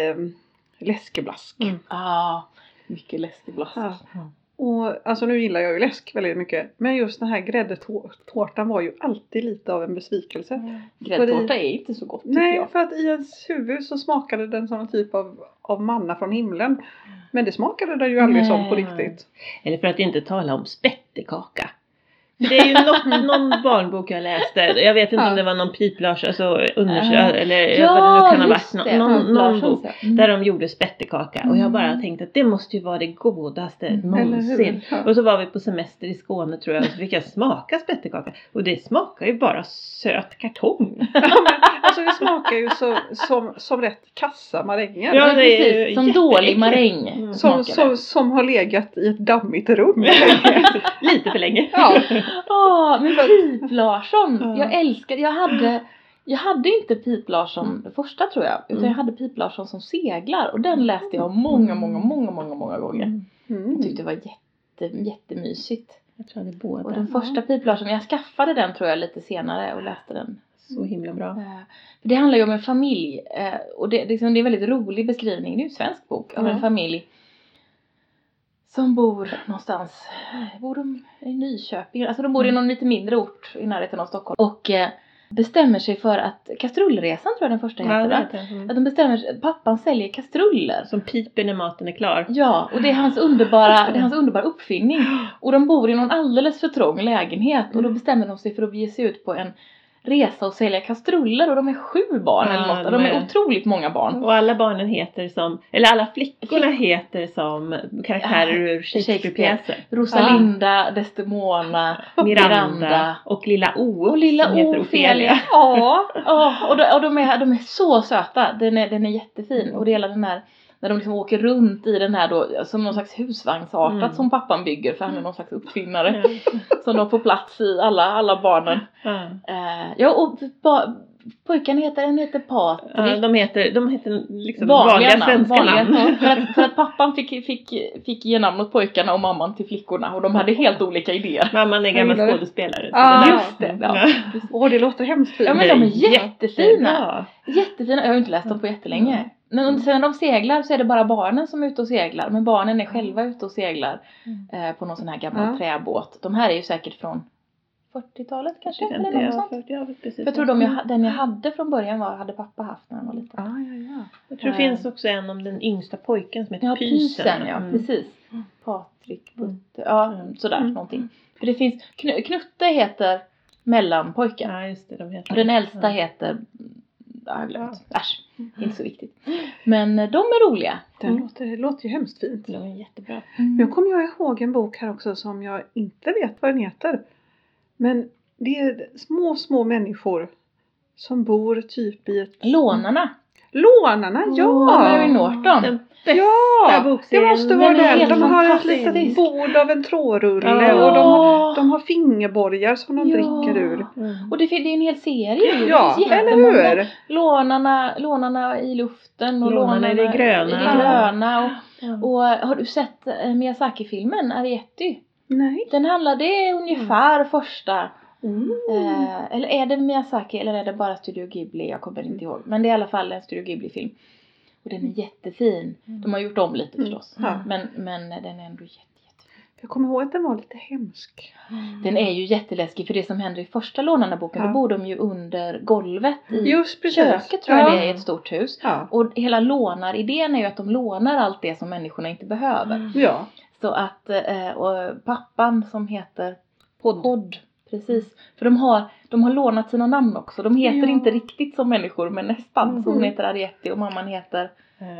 B: läskeblask.
A: Mycket läskeblask.
B: Ja. Och alltså nu gillar jag ju läsk väldigt mycket. Men just den här gräddtårtan var ju alltid lite av en besvikelse.
A: Gräddtårta är inte så gott tycker jag.
B: Nej, för att i ens huvud så smakade den sån typ av manna från himlen. Men det smakade den ju aldrig som på riktigt.
C: Eller för att inte tala om spettekaka. Det är ju någon barnbok jag läste. Jag vet inte om det var någon Piplars eller vad det nu kan ha varit. Någon bok där de gjorde spettekaka. Och jag bara tänkte att det måste ju vara det godaste någonsin. Och så var vi på semester i Skåne tror jag. Och så fick jag smaka spettekaka. Och det smakar ju bara söt kartong.
B: Alltså det smakar ju som rätt kassa maränger.
A: Ja, det är som dålig maräng.
B: Som har legat i ett dammigt rum.
C: Lite för länge.
B: Ja.
A: Men Pip Larsson. Jag hade inte Pip Larsson det första tror jag. Utan jag hade Pip Larsson som seglar. Och den läste jag många gånger. Jag tyckte det var jättemysigt.
C: Jag tror det är båda.
A: Och den första Pip Larsson, jag skaffade den tror jag lite senare och läste den.
C: Så himla bra.
A: För det handlar ju om en familj. Och det är en väldigt rolig beskrivning. Det är ju en svensk bok av en familj. Som bor någonstans. Bor de i Nyköping? Alltså de bor i någon lite mindre ort i närheten av Stockholm. Och bestämmer sig för att kastrullresan tror jag den första heter. Att de bestämmer sig, pappan säljer kastruller.
C: Som piper när maten är klar.
A: Ja, och det är hans underbara uppfinning. Och de bor i någon alldeles för trång lägenhet. Och då bestämmer de sig för att ge sig ut på en resa och sälja kastruller. Och de är 7 barn eller något. De är otroligt många barn.
C: Och alla barnen heter som, eller alla flickorna heter som karaktärer ur Shakespeare-pjäser.
A: Rosalinda, Desdemona, Miranda
C: och lilla O.
A: Och lilla
C: som heter Ophelia.
A: Och de är så söta. Den är jättefin. Och det hela den här, när de liksom åker runt i den här då, som någon slags husvagnsartat som pappan bygger, för han är någon slags uppfinnare. Som de får plats i alla barnen. Och pojken heter Patrik.
C: De heter liksom vanliga svenska namn.
A: För att pappan fick ge namn åt pojkarna och mamman till flickorna. Och de hade helt olika idéer.
C: Mamman är gammal skådespelare.
A: Just det.
B: Det låter hemskt fint.
A: Ja, men de är jättefina. Jättefina. Jag har ju inte läst dem på jättelänge. Men sen när de seglar så är det bara barnen som är ute och seglar. Men barnen är själva ute och seglar på någon sån här gammal träbåt. De här är ju säkert från 40-talet kanske. Eller något sånt. För jag tror den jag hade från början hade pappa haft när han var liten.
C: Jag tror det finns också en om den yngsta pojken som heter Pysen.
A: Ja, precis. Strick, sådär någonting. För det finns, Knutte heter mellanpojken.
C: Ja, just det, de heter.
A: Och den äldsta heter, jag har glömt, inte så viktigt. Men de är roliga.
B: Det låter ju hemskt fint.
C: De är jättebra.
B: Nu kommer jag ihåg en bok här också som jag inte vet vad den heter. Men det är små människor som bor typ i ett...
A: Lånarna,
B: ja!
A: Mary Norton.
C: Den bästa
B: Ja, det
C: bokserien.
B: måste vara
A: Den är
B: den.
A: helt
B: De har ett
A: fantastisk.
B: litet bord av en trådrulle
C: Ja.
B: och de har fingerborgar som de dricker ur.
A: Och det är en hel serie.
B: Ja,
A: det finns
B: eller
A: jättemånga.
B: hur?
A: Lånarna i luften och
C: Lånarna i det gröna.
A: Och har du sett Miyazaki-filmen Arrietty?
B: Nej.
A: Den handlade ungefär första. Eller är det Miyazaki eller är det bara Studio Ghibli? Jag kommer inte ihåg. Men det är i alla fall en Studio Ghibli-film. Och den är jättefin. De har gjort om lite förstås.
B: Ja.
A: Men den är ändå jättefin.
B: Jag kommer ihåg att den var lite hemsk.
A: Den är ju jätteläskig för det som händer i första Lånarna-boken. Då bor de ju under golvet i
B: Just precis.
A: köket tror jag det är i ett stort hus.
B: Ja.
A: Och hela lånaridén är ju att de lånar allt det som människorna inte behöver.
B: Ja.
A: Så att och pappan som heter
C: Podd.
A: Precis. För de har lånat sina namn också. De heter inte riktigt som människor men nästan. Så hon heter Arrietty och mamman heter...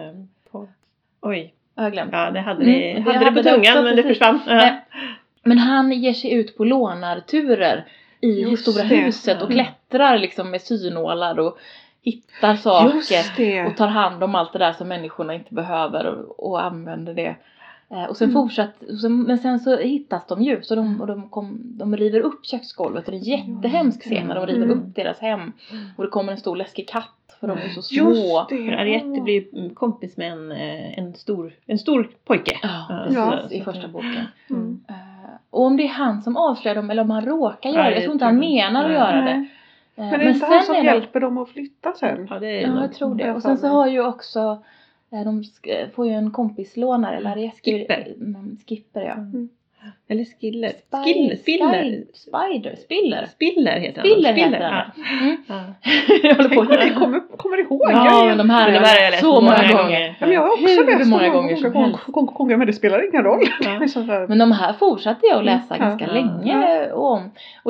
C: Oj.
A: Jag har glömt.
C: Ja, det hade det på
A: det
C: tungan
A: också,
C: men det
A: precis.
C: försvann. Ja.
A: Men han ger sig ut på lånarturer i det stora huset och klättrar liksom med synålar och hittar saker och tar hand om allt det där som människorna inte behöver och använder det. Och sen men sen så hittas de ju så de river upp köksgolvet och det är en jättehemsk scen när de river upp deras hem och det kommer en stor läskig katt för de är så små.
B: Just det.
C: För Arrietty blir kompis med en stor pojke.
A: I första boken. Och om det är han som avslöjar dem eller om han råkar göra det. Jag tror inte han menar att göra det.
B: Men det är inte han som hjälper dem att flytta sen?
C: Ja,
A: jag tror det. Och sen så har ju också de får ju en kompislånare eller Skipper ja.
C: Eller Spiller heter han.
A: Jag håller på
B: Jag kommer ihåg.
A: Ja, men de här har jag läst så många gånger.
B: Ja, men jag har också läst
A: många gånger
B: men det spelar ingen roll.
A: Men de här fortsatte jag att läsa ganska länge om. Och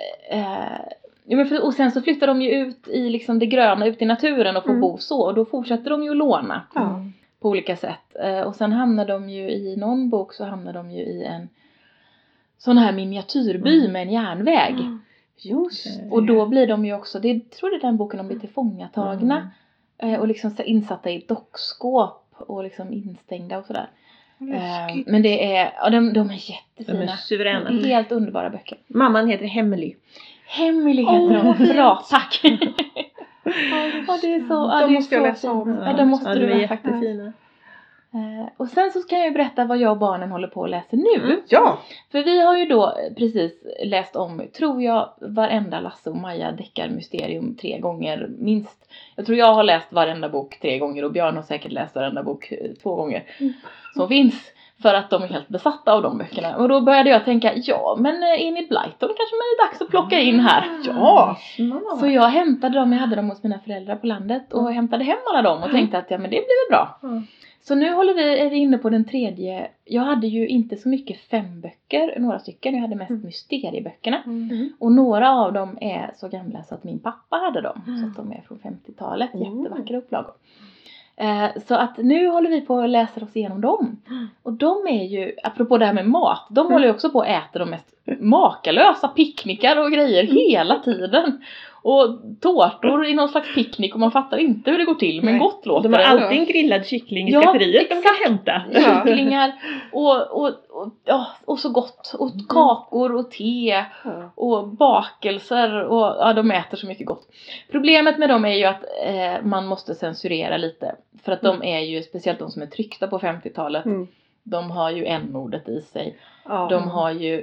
A: och sen så flyttar de ju ut i liksom det gröna, ut i naturen och får bo så. Och då fortsätter de ju att låna på olika sätt. Och sen hamnar de ju i någon bok så hamnar de ju i en sån här miniatyrby med en järnväg.
B: Just det.
A: Och då blir de ju också, tror det är den boken de blir tillfångatagna. Och liksom så insatta i dockskåp och liksom instängda och sådär. Men det är, de är jättefina.
C: De är suveräna.
A: Helt underbara böcker.
C: Mamman heter Hemily.
A: Hemily heter de. Bra, tack. Det är så,
B: de måste jag läsa om.
A: Ja, de måste du
C: är
A: faktiskt.
C: fina.
A: Och sen så kan jag ju berätta vad jag och barnen håller på att läsa nu.
B: Ja.
A: För vi har ju då precis läst om, tror jag, varenda Lasse och Maja deckarmysterium 3 gånger minst. Jag tror jag har läst varenda bok 3 gånger och Björn har säkert läst varenda bok 2 gånger. Som finns. För att de är helt besatta av de böckerna. Och då började jag tänka, men Enid Blyton kanske är dags att plocka in här.
B: Ja.
A: Så jag hämtade dem, jag hade dem hos mina föräldrar på landet. Och hämtade hem alla dem och tänkte att men det blir väl bra. Så nu är vi inne på den 3:e. Jag hade ju inte så mycket 5 böcker, några stycken. Jag hade mest mysterieböckerna. Och några av dem är så gamla så att min pappa hade dem. Så att de är från 50-talet, jättevackra upplagor. Så att nu håller vi på att läsa oss igenom dem. Och de är ju, apropå det här med mat, de håller ju också på att äta de mest makalösa picknickar och grejer hela tiden. Och tårtor i någon slags picknick och man fattar inte hur det går till, men gott låter
C: det.
A: De
C: har alltid en grillad kyckling i skafferiet de kan hämta.
A: Kycklingar och så gott. Och kakor och te och bakelser och de äter så mycket gott. Problemet med dem är ju att man måste censurera lite. För att de är ju, speciellt de som är tryckta på 50-talet, de har ju n-ordet i sig. De har ju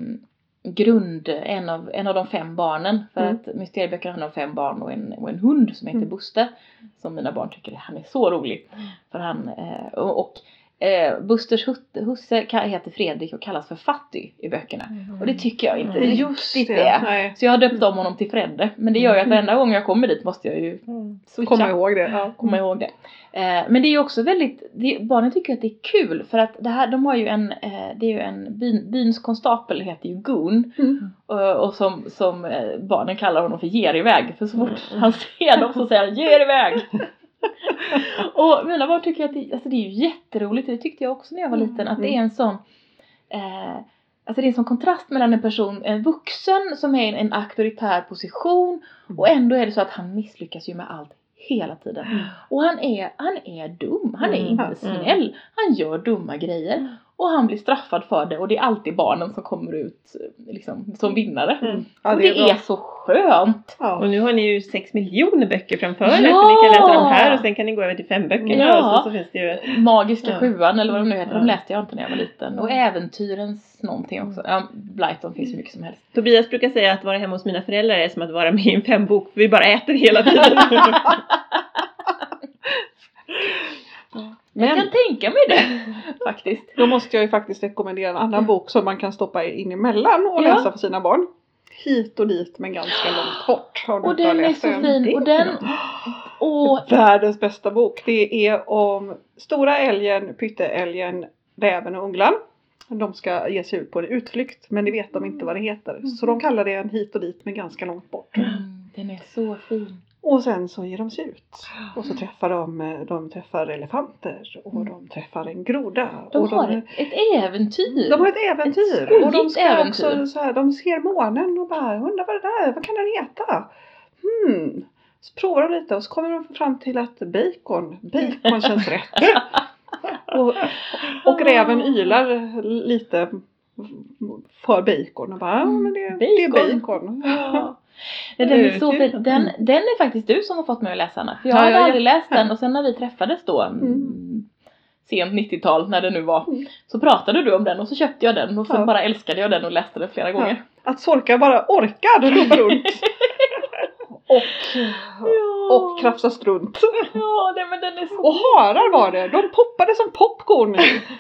A: en av de 5 barnen. För att mysterieböcker handlar om 5 barn och en hund som heter Buster. Som mina barn tycker han är så rolig. För han, och Busters husse heter Fredrik och kallas för Fattig i böckerna. Och det tycker jag inte riktigt är. Så jag har döpt om honom till Fredde. Men det gör ju att varenda gång jag kommer dit måste jag ju switcha.
B: Komma ihåg det. Ja.
A: Komma ihåg det. Men det är ju också väldigt, barnen tycker att det är kul. För att det här, de har ju det är ju byns konstapel heter ju Goon. Och som barnen kallar honom för ger iväg. För så fort han ser dem så säger han ger iväg. Och mina barn tycker att det är ju jätteroligt. Det tyckte jag också när jag var liten. Att det är en sån alltså det är en sån kontrast mellan en vuxen som är i en auktoritär position. Och ändå är det så att han misslyckas ju med allt hela tiden. Och han är dum. Han är inte snäll. Han gör dumma grejer. Och han blir straffad för det. Och det är alltid barnen som kommer ut liksom, som vinnare. Ja, och det är så skönt.
C: Ja. Och nu har ni ju 6 miljoner böcker framför er. För ni kan läsa dem här. Och sen kan ni gå över till 5 böcker.
A: Ja.
C: Så finns det ju...
A: Magiska 7:an eller vad de nu heter. De läste jag inte när jag var liten. Och äventyrens någonting också. Ja, Blyton finns ju mycket som helst.
C: Tobias brukar säga att vara hemma hos mina föräldrar är som att vara med i en 5-bok. Vi bara äter hela tiden.
A: Men jag kan tänka mig det faktiskt.
B: Då måste jag ju faktiskt rekommendera en annan bok som man kan stoppa in emellan och läsa för sina barn. Hit och dit men ganska långt bort.
A: Och den är så fin. Och
B: världens bästa bok. Det är om stora älgen, pytteälgen, räven och unglan. De ska ge sig ut på en utflykt men det vet de inte vad det heter. Så de kallar det en hit och dit men ganska långt bort.
A: Den är så fin.
B: Och sen så ger de sig ut. Och så träffar de träffar elefanter. Och de träffar en groda.
A: De har ett äventyr.
B: De har ett äventyr. Och de ska också så här, de ser månen och bara undrar vad det där, vad kan den heta? Så provar de lite och så kommer de fram till att bacon känns rätt. och räven ylar lite för bacon och bara, men det är bacon.
A: Ja. Den är så fin. Den är faktiskt du som har fått mig att läsa den. För jag hade aldrig läst den. Och sen när vi träffades då sent 90-tal när det nu var, så pratade du om den och så köpte jag den och så bara älskade jag den och läste den flera gånger.
B: Att Sorka bara orkade loppa runt. Och krafsa strunt.
A: Ja, men den är så.
B: Och harar var det. De poppade som popcorn.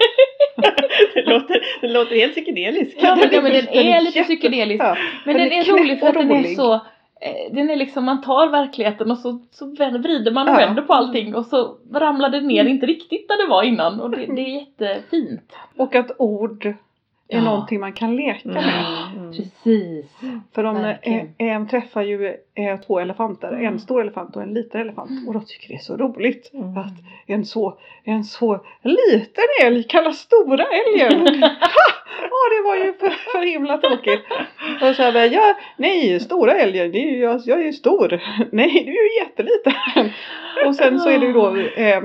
C: Det låter helt psykedelisk.
A: Ja, men den är lite psykedelisk. Ja. Men den är rolig för att den är så. Den är liksom, man tar verkligheten och så vrider man och vänder på allting. Och så ramlar det ner inte riktigt där det var innan. Och det är jättefint.
B: Och att ord är någonting man kan leka med.
A: Precis.
B: För de träffar ju 2 elefanter. En stor elefant och en liten elefant. Och de tycker det är så roligt. Att en så liten älg kallas stora älgen. Det var ju för himla tråkigt. Och så här, nej, stora älgen, det är ju, jag är ju stor. Nej, du är ju jätteliten. Och sen så är det ju då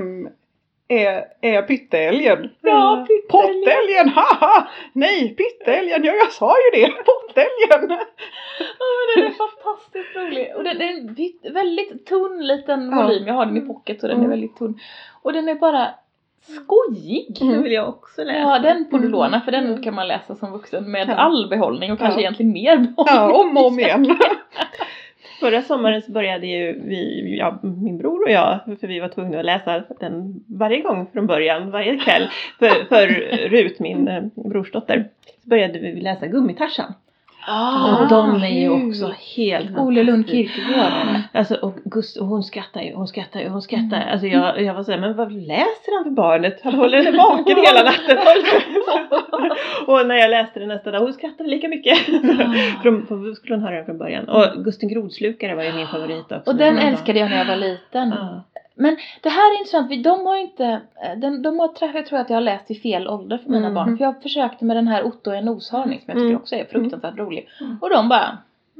B: är pytteälgen.
A: Ja, pytteälgen.
B: Pottälgen, haha! Nej, pytteälgen, jag sa ju det. Pottälgen.
A: Ja, men den är fantastiskt rolig. Och den är en väldigt tunn liten volym. Jag har den i pocket så den är väldigt tunn. Och den är bara skojig.
C: Den vill jag också läsa.
A: Ja, den får du låna för den kan man läsa som vuxen med all behållning och kanske egentligen mer behållning.
B: Ja, om och om igen.
C: Förra sommaren så började ju min bror och jag, för vi var tvungna att läsa den varje gång från början, varje kväll. För Rut, min brorsdotter, så började vi läsa Gummitarsan. Och de är ju också helt
A: Ole Lund Kirkegård.
C: Alltså, och hon skrattar. Alltså jag var så här, men vad läser han för barnet? Han håller henne vaken hela natten. Och när jag läste den nästa dag, hon skrattade lika mycket. För skulle hon höra den från början. Och Gusten Grodslukare var ju min favorit också.
A: Och den älskade jag när jag var liten. Men det här är intressant. De har inte, jag tror att jag har läst i fel ålder för mina barn. För jag försökte med den här Otto och en noshörning som jag tycker också är fruktansvärt rolig. Och de bara,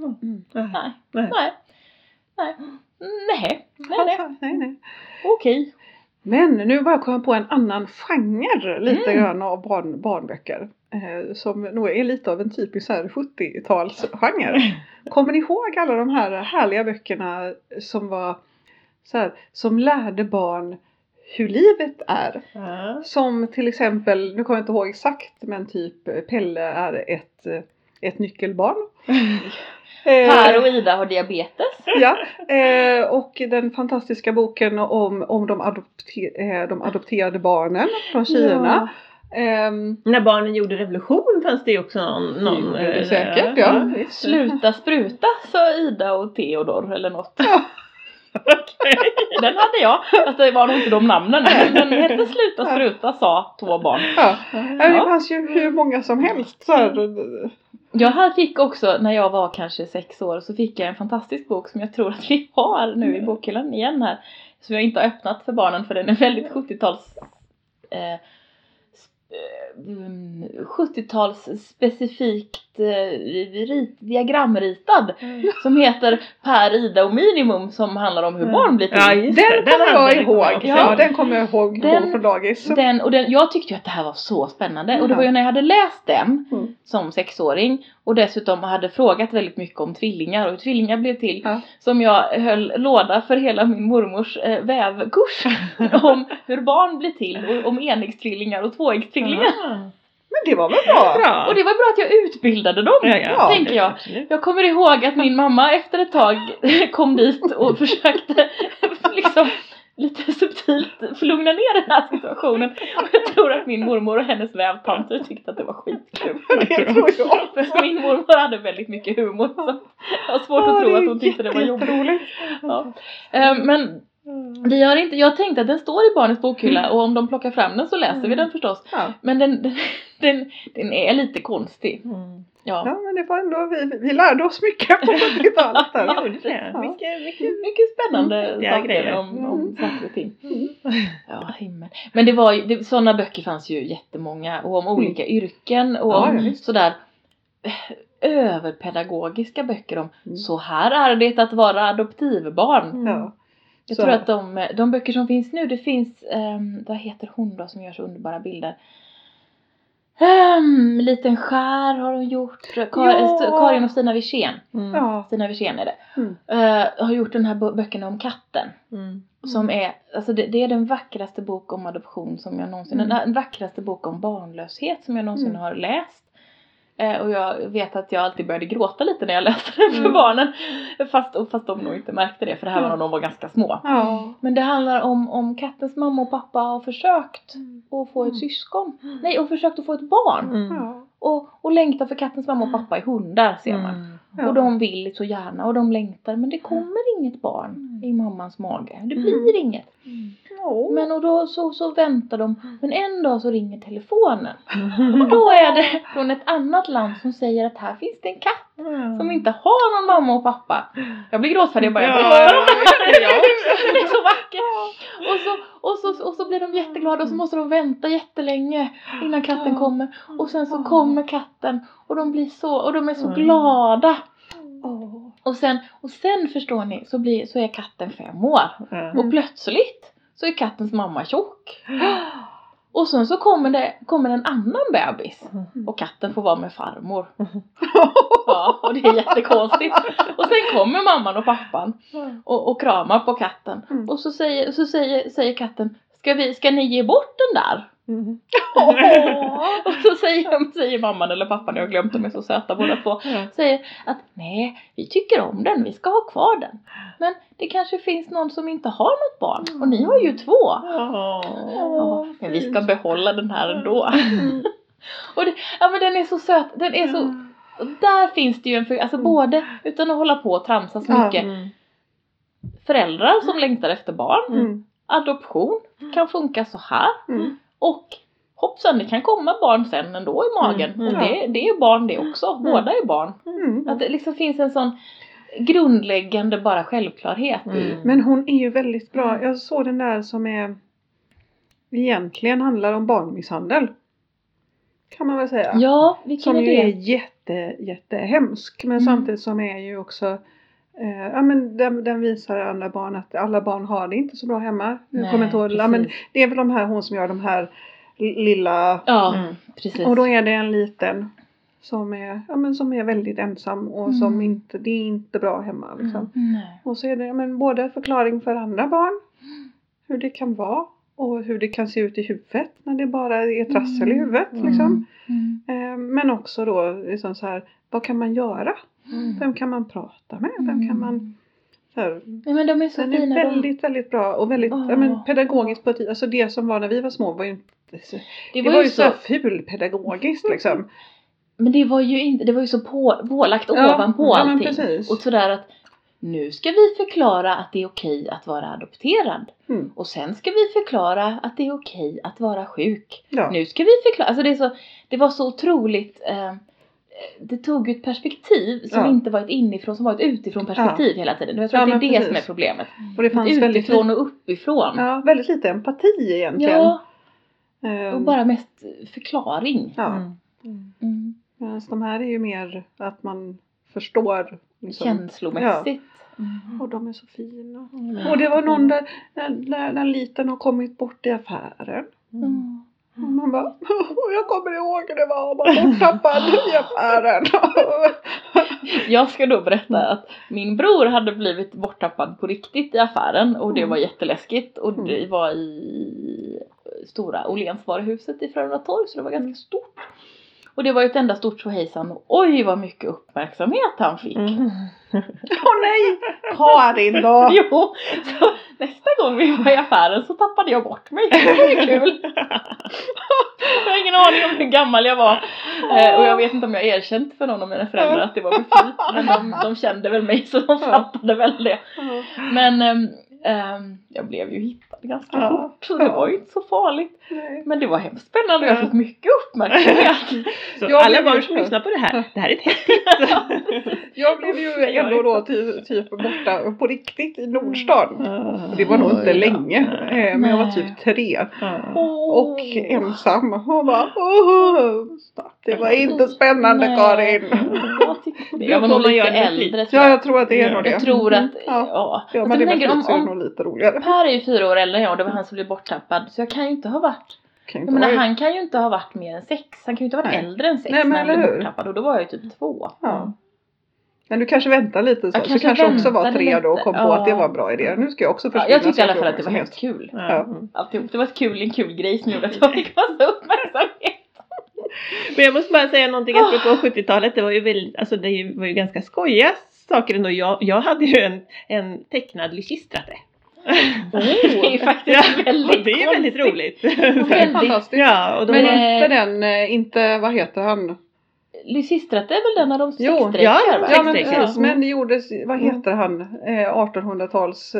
A: nej. Okej.
B: Men nu bara komma på en annan genre lite grann av barnböcker. Som nog är lite av en typisk 70-talsgenre. Kommer ni ihåg alla de här härliga böckerna som var så här, som lärde barn hur livet är. Som till exempel, nu kommer jag inte ihåg exakt, men typ Pelle är ett nyckelbarn.
A: Per och Ida har diabetes.
B: Ja, och den fantastiska boken om de adopterade barnen från Kina.
C: När barnen gjorde revolution fanns det ju också någon
B: säkert, ja.
A: Sluta spruta, sa Ida och Theodor eller något. Ja. Den hade jag, fast det var nog inte de namnen. Den hette Sluta spruta, sa 2 barn.
B: Ja. Det fanns ju hur många som helst. Så här.
A: Jag fick också, när jag var kanske 6 år, så fick jag en fantastisk bok som jag tror att vi har nu i bokhyllan igen här. Som jag inte har öppnat för barnen, för den är väldigt 70-tals specifikt diagramritad som heter Per, Ida och Minimum, som handlar om hur barn blir till.
B: Ja, den kommer jag ihåg. Ja, den kommer jag ihåg från dagis.
A: Jag tyckte ju att det här var så spännande. Och det var ju när jag hade läst den som 6-åring och dessutom hade frågat väldigt mycket om tvillingar och hur tvillingar blev till, som jag höll låda för hela min mormors vävkurs om hur barn blir till, och om enäggstvillingar och tvåäggstvillingar.
B: Men det var väl bra.
A: Och det var bra att jag utbildade dem, tänker jag. Absolut. Jag kommer ihåg att min mamma efter ett tag kom dit och försökte liksom lite subtilt lugna ner den här situationen. Och jag tror att min mormor och hennes vävtanter tyckte att det var skitkul.
B: Det tror jag.
A: För min mormor hade väldigt mycket humor, så jag har svårt att tro att hon tyckte det var jobbigt. Ja. Men vi har inte, jag tänkte att den står i barnets bokhylla, och om de plockar fram den så läser vi den förstås. Ja. Men den är lite konstig.
B: Ja, men det var ändå, vi lärde oss mycket på 70-talet.
A: Mycket spännande saker om saker och ting. Ja, himmel. Men sådana böcker fanns ju jättemånga, och om olika yrken och om sådär överpedagogiska böcker om så här är det att vara adoptivbarn. Jag tror att de böcker som finns nu, det finns, vad heter hon då som gör så underbara bilder? Liten skär har hon gjort. Karin och Stina Wirsén. Stina Wirsén är det. Har gjort den här böcken om katten. Som är, alltså det är den vackraste bok om adoption som jag någonsin, den vackraste bok om barnlöshet som jag någonsin har läst. Och jag vet att jag alltid började gråta lite när jag läste den för barnen. Fast de nog inte märkte det, för det här var när de var ganska små. Men det handlar om kattens mamma och pappa har försökt att få ett syskon. Nej, och försökt att få ett barn. Och längtar för kattens mamma och pappa är hundar, ser man. Och de vill så gärna, och de längtar. Men det kommer inget barn i mammans mage. Det blir inget. Men och då så väntar de. Men en dag så ringer telefonen. Och då är det från ett annat land som säger att här finns det en katt som inte har någon mamma och pappa. Jag blir gråtfärdig och bara det är så vackert. Och så blir de jätteglada, och så måste de vänta jättelänge innan katten kommer. Och sen så kommer katten, och de är så glada. Och sen förstår ni, så är katten 5 år. Och plötsligt så är kattens mamma tjock. Och sen så kommer en annan bebis. Och katten får vara med farmor. Ja, och det är jättekonstigt. Och sen kommer mamman och pappan och kramar på katten. Och så säger katten, ska ni ge bort den där? Och så säger mamman eller pappan, jag har glömt, de är så söta båda två, säger att nej, vi tycker om den, vi ska ha kvar den, men det kanske finns någon som inte har något barn, och ni har ju 2. Men vi ska behålla den här ändå. Och men den är så söt, den är så, där finns det ju alltså både, utan att hålla på och tramsa så mycket, föräldrar som längtar efter barn, adoption kan funka så här. Och hoppsan, det kan komma barn sen ändå i magen. Och det är barn det också. Båda är barn. Att det liksom finns en sån grundläggande bara självklarhet.
B: Men hon är ju väldigt bra. Jag såg den där som egentligen handlar om barnmisshandel. Kan man väl säga.
A: Ja, vilken
B: är
A: det?
B: Som är jättehemsk. Men samtidigt som är ju också... men den visar andra barn att alla barn har det inte så bra hemma. Jag kommer inte ihåg, men det är väl hon som gör de här lilla...
A: Ja, precis.
B: Och då är det en liten som är väldigt ensam och som inte, det är inte bra hemma liksom. Och så är det både förklaring för andra barn, hur det kan vara och hur det kan se ut i huvudet när det bara är trassel i huvudet liksom. Men också då liksom så här, vad kan man göra Vem kan man prata med? Vem kan man...
A: Nej, men de är så
B: den
A: fina.
B: är väldigt, väldigt bra och väldigt pedagogiskt på ett, alltså det som var när vi var små var ju inte... Det var ju så fulpedagogiskt liksom.
A: Men det var ju inte, det var ju så pålagt ovanpå allting.
B: Precis.
A: Och sådär att nu ska vi förklara att det är okej att vara adopterad. Och sen ska vi förklara att det är okej att vara sjuk.
B: Ja.
A: Nu ska vi förklara, alltså det var så otroligt, det tog ett perspektiv som inte var ett inifrån, som var ett utifrån perspektiv hela tiden. Jag tror att det är det som är problemet.
B: Och det fanns
A: utifrån och uppifrån.
B: Ja, väldigt lite empati egentligen.
A: Ja, och bara mest förklaring.
B: Ja. Ja, de här är ju mer att man förstår liksom,
A: känslomässigt.
B: Och de är så fina. Och det var någon där när liten har kommit bort i affären. Och man bara, jag kommer ihåg det var borttappad i affären.
A: Jag ska då berätta att min bror hade blivit borttappad på riktigt i affären. Och det var jätteläskigt. Och det var i stora Åhléns varuhuset i Frölunda Torg. Så det var ganska stort. Och det var ju ett enda stort tjohejsan. Och oj vad mycket uppmärksamhet han fick.
B: Åh nej, Karin då.
A: Jo, så nästa gång vi var i affären så tappade jag bort mig. Det var ju kul. Jag har ingen aning om hur gammal jag var. Och jag vet inte om jag erkänt för någon av mina föräldrar att det var med flit. Men de kände väl mig så de fattade väl det. Men jag blev ju hittad ganska fort. Så det var ju inte så farligt.
B: Nej.
A: Men det var hemskt spännande. Jag fick mycket uppmärksamhet.
C: Så alla barn som lyssnar på det här är ett hett tips.
B: Jag blev ju ändå då typ borta på riktigt i Nordstan. Det var nog inte länge. Men jag var typ 3. Och ensam. Och bara, det var inte spännande, Karin.
A: Jag var nog lite äldre.
B: Ja, jag tror att det är nog det.
A: Jag tror att,
B: ja men det var nog lite roligare.
A: Per är ju 4 år äldre än jag, och det var han som blev borttappad. Så jag kan ju inte ha varit... han kan ju inte ha varit mer än 6. Han kan ju inte ha varit äldre än 6 när han blev borttappad. Och då var jag ju typ 2.
B: Ja. Men du kanske väntar lite så kanske också var 3 då och kom på att det var en bra idé. Nu ska jag också försvinna.
A: Jag tyckte i alla fall att det var helt kul. Alltihop. Det var en kul grej som gjorde att jag fick massa uppmärksamhet.
C: Men jag måste bara säga någonting apropå 70-talet. Det var ju väldigt, alltså det var ju ganska skojiga saker ändå. Jag hade ju en tecknad Lysistrate.
A: Det är faktiskt väldigt,
C: det är väldigt roligt.
B: Väldigt fantastiskt.
C: Ja, och
B: men inte, vad heter han?
A: Lysistrate är väl den av de sexsträckar, va?
B: Ja, men precis. Men det gjordes, vad heter han? 1800-tals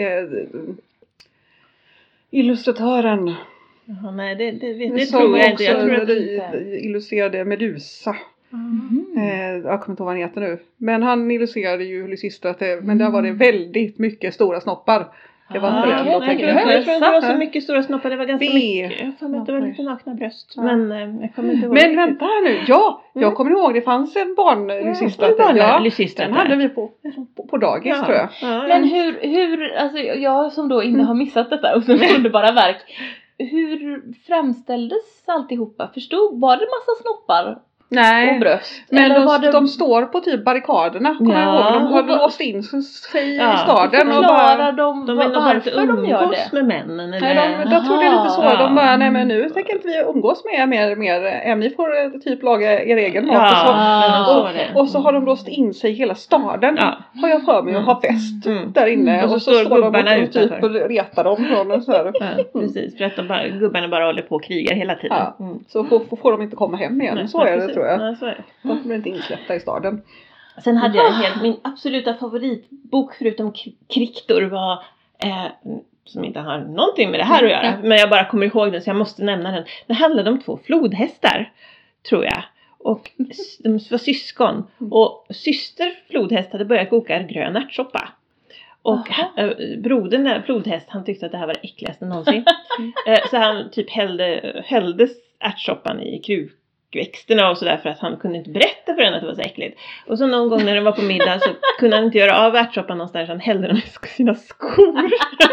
B: illustratören.
C: Jaha, nej, det tror jag inte. Jag tror att
B: illustrerade Medusa. Jag kommer inte ihåg vad han heter nu. Men han illustrerade ju Lysistrate. Men där var det väldigt mycket stora snoppar. Det var inte det.
C: Jag tror inte det var så mycket stora snoppar. Det var ganska mycket. Jag får inte, det var lite nakna bröst. Men jag kommer inte ihåg.
B: Men vänta här nu. Ja, jag kommer ihåg. Det fanns en Lysistrate. Den hade vi på dagis tror jag.
A: Men hur alltså jag som då inte har missat detta underbara verk. Hur framställdes alltihopa? Var det massa snoppar?
B: Nej,
A: och bröst?
B: Men de står på typ barrikaderna. De har låst in sig i staden.
A: Och bara de
C: varför de gör det med männen. Eller?
B: Jag tror det är lite så. De bara, nej men nu tänker inte vi umgås med mer. Ni får typ laga er egen mat. Och så har de låst in sig i hela staden. Har jag för mig att ha fest där inne.
C: Och så står gubbarna
B: de typ och retar dem.
C: Precis, för att gubbarna bara håller på och krigar hela tiden.
B: Så får de inte komma hem igen. Så är det tror jag. De blir inte insläppta i staden.
C: Sen hade jag min absoluta favoritbok förutom Kriktor var som inte har någonting med det här att göra. Men jag bara kommer ihåg den så jag måste nämna den. Det handlade om 2 flodhästar tror jag. Och de var syskon. Och syster flodhäst hade börjat koka grön ärtsoppa. Och brodern flodhäst han tyckte att det här var det äckligaste någonsin. Så han typ hällde ärtsoppan i krukväxterna och sådär för att han kunde inte berätta för henne att det var så äckligt. Och så någon gång när de var på middag så kunde han inte göra av ärtsoppan någonstans så han hällde den i sina skor.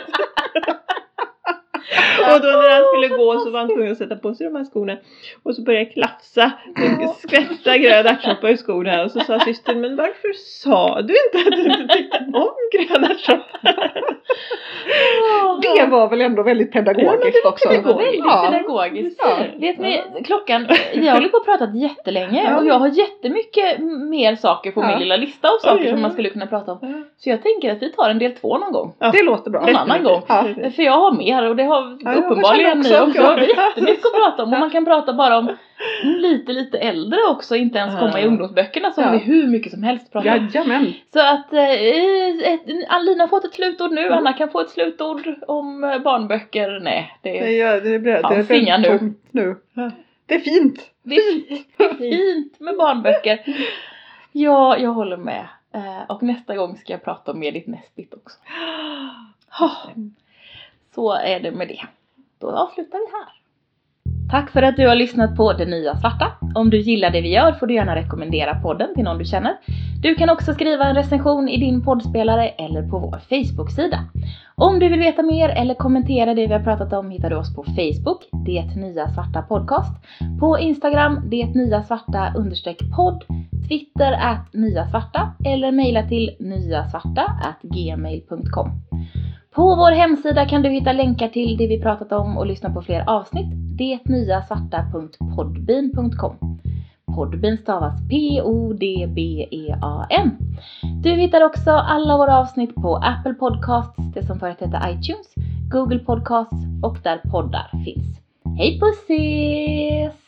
C: Och då när han skulle gå så var han tvungen att sätta på sig de här skorna. Och så började jag klafsa. Skvätta grön ärtsoppa i skorna. Och så sa systern, men varför sa du inte att du inte tyckte om grön ärtsoppa?
B: det var väl ändå väldigt pedagogiskt också.
A: Det var väldigt pedagogiskt. Vet ni, klockan, jag håller på att prata jättelänge och jag har jättemycket mer saker på min lilla lista av saker som man skulle kunna prata om. Så jag tänker att vi tar en del 2 någon gång.
B: Det låter bra.
A: Någon annan gång. För jag har mer och det har uppenbarligen ni också. Jag har jättemycket att prata om och man kan prata bara om lite äldre också, inte ens komma i ungdomsböckerna så har vi hur mycket som helst prata om.
B: Jajamän.
A: Så att Lina har fått ett slutord nu, Anna kan få ett slutord om barnböcker. Nej, det blir inga nu.
B: Det är fint.
A: Det är fint med barnböcker. Ja, jag håller med. Och nästa gång ska jag prata om Edith Nesbit också. Så är det med det. Då avslutar vi här. Tack för att du har lyssnat på Det Nya Svarta. Om du gillar det vi gör får du gärna rekommendera podden till någon du känner. Du kan också skriva en recension i din poddspelare eller på vår Facebook-sida. Om du vill veta mer eller kommentera det vi har pratat om hittar du oss på Facebook, Det Nya Svarta Podcast. På Instagram, Det Nya Svarta _podd. Twitter @nyasvarta eller mejla till nyasvarta@gmail.com. På vår hemsida kan du hitta länkar till det vi pratat om och lyssna på fler avsnitt. detnyasvarta.podbean.com. Podbean stavas Podbean. Du hittar också alla våra avsnitt på Apple Podcasts, det som förut hette iTunes, Google Podcasts och där poddar finns. Hej pussis!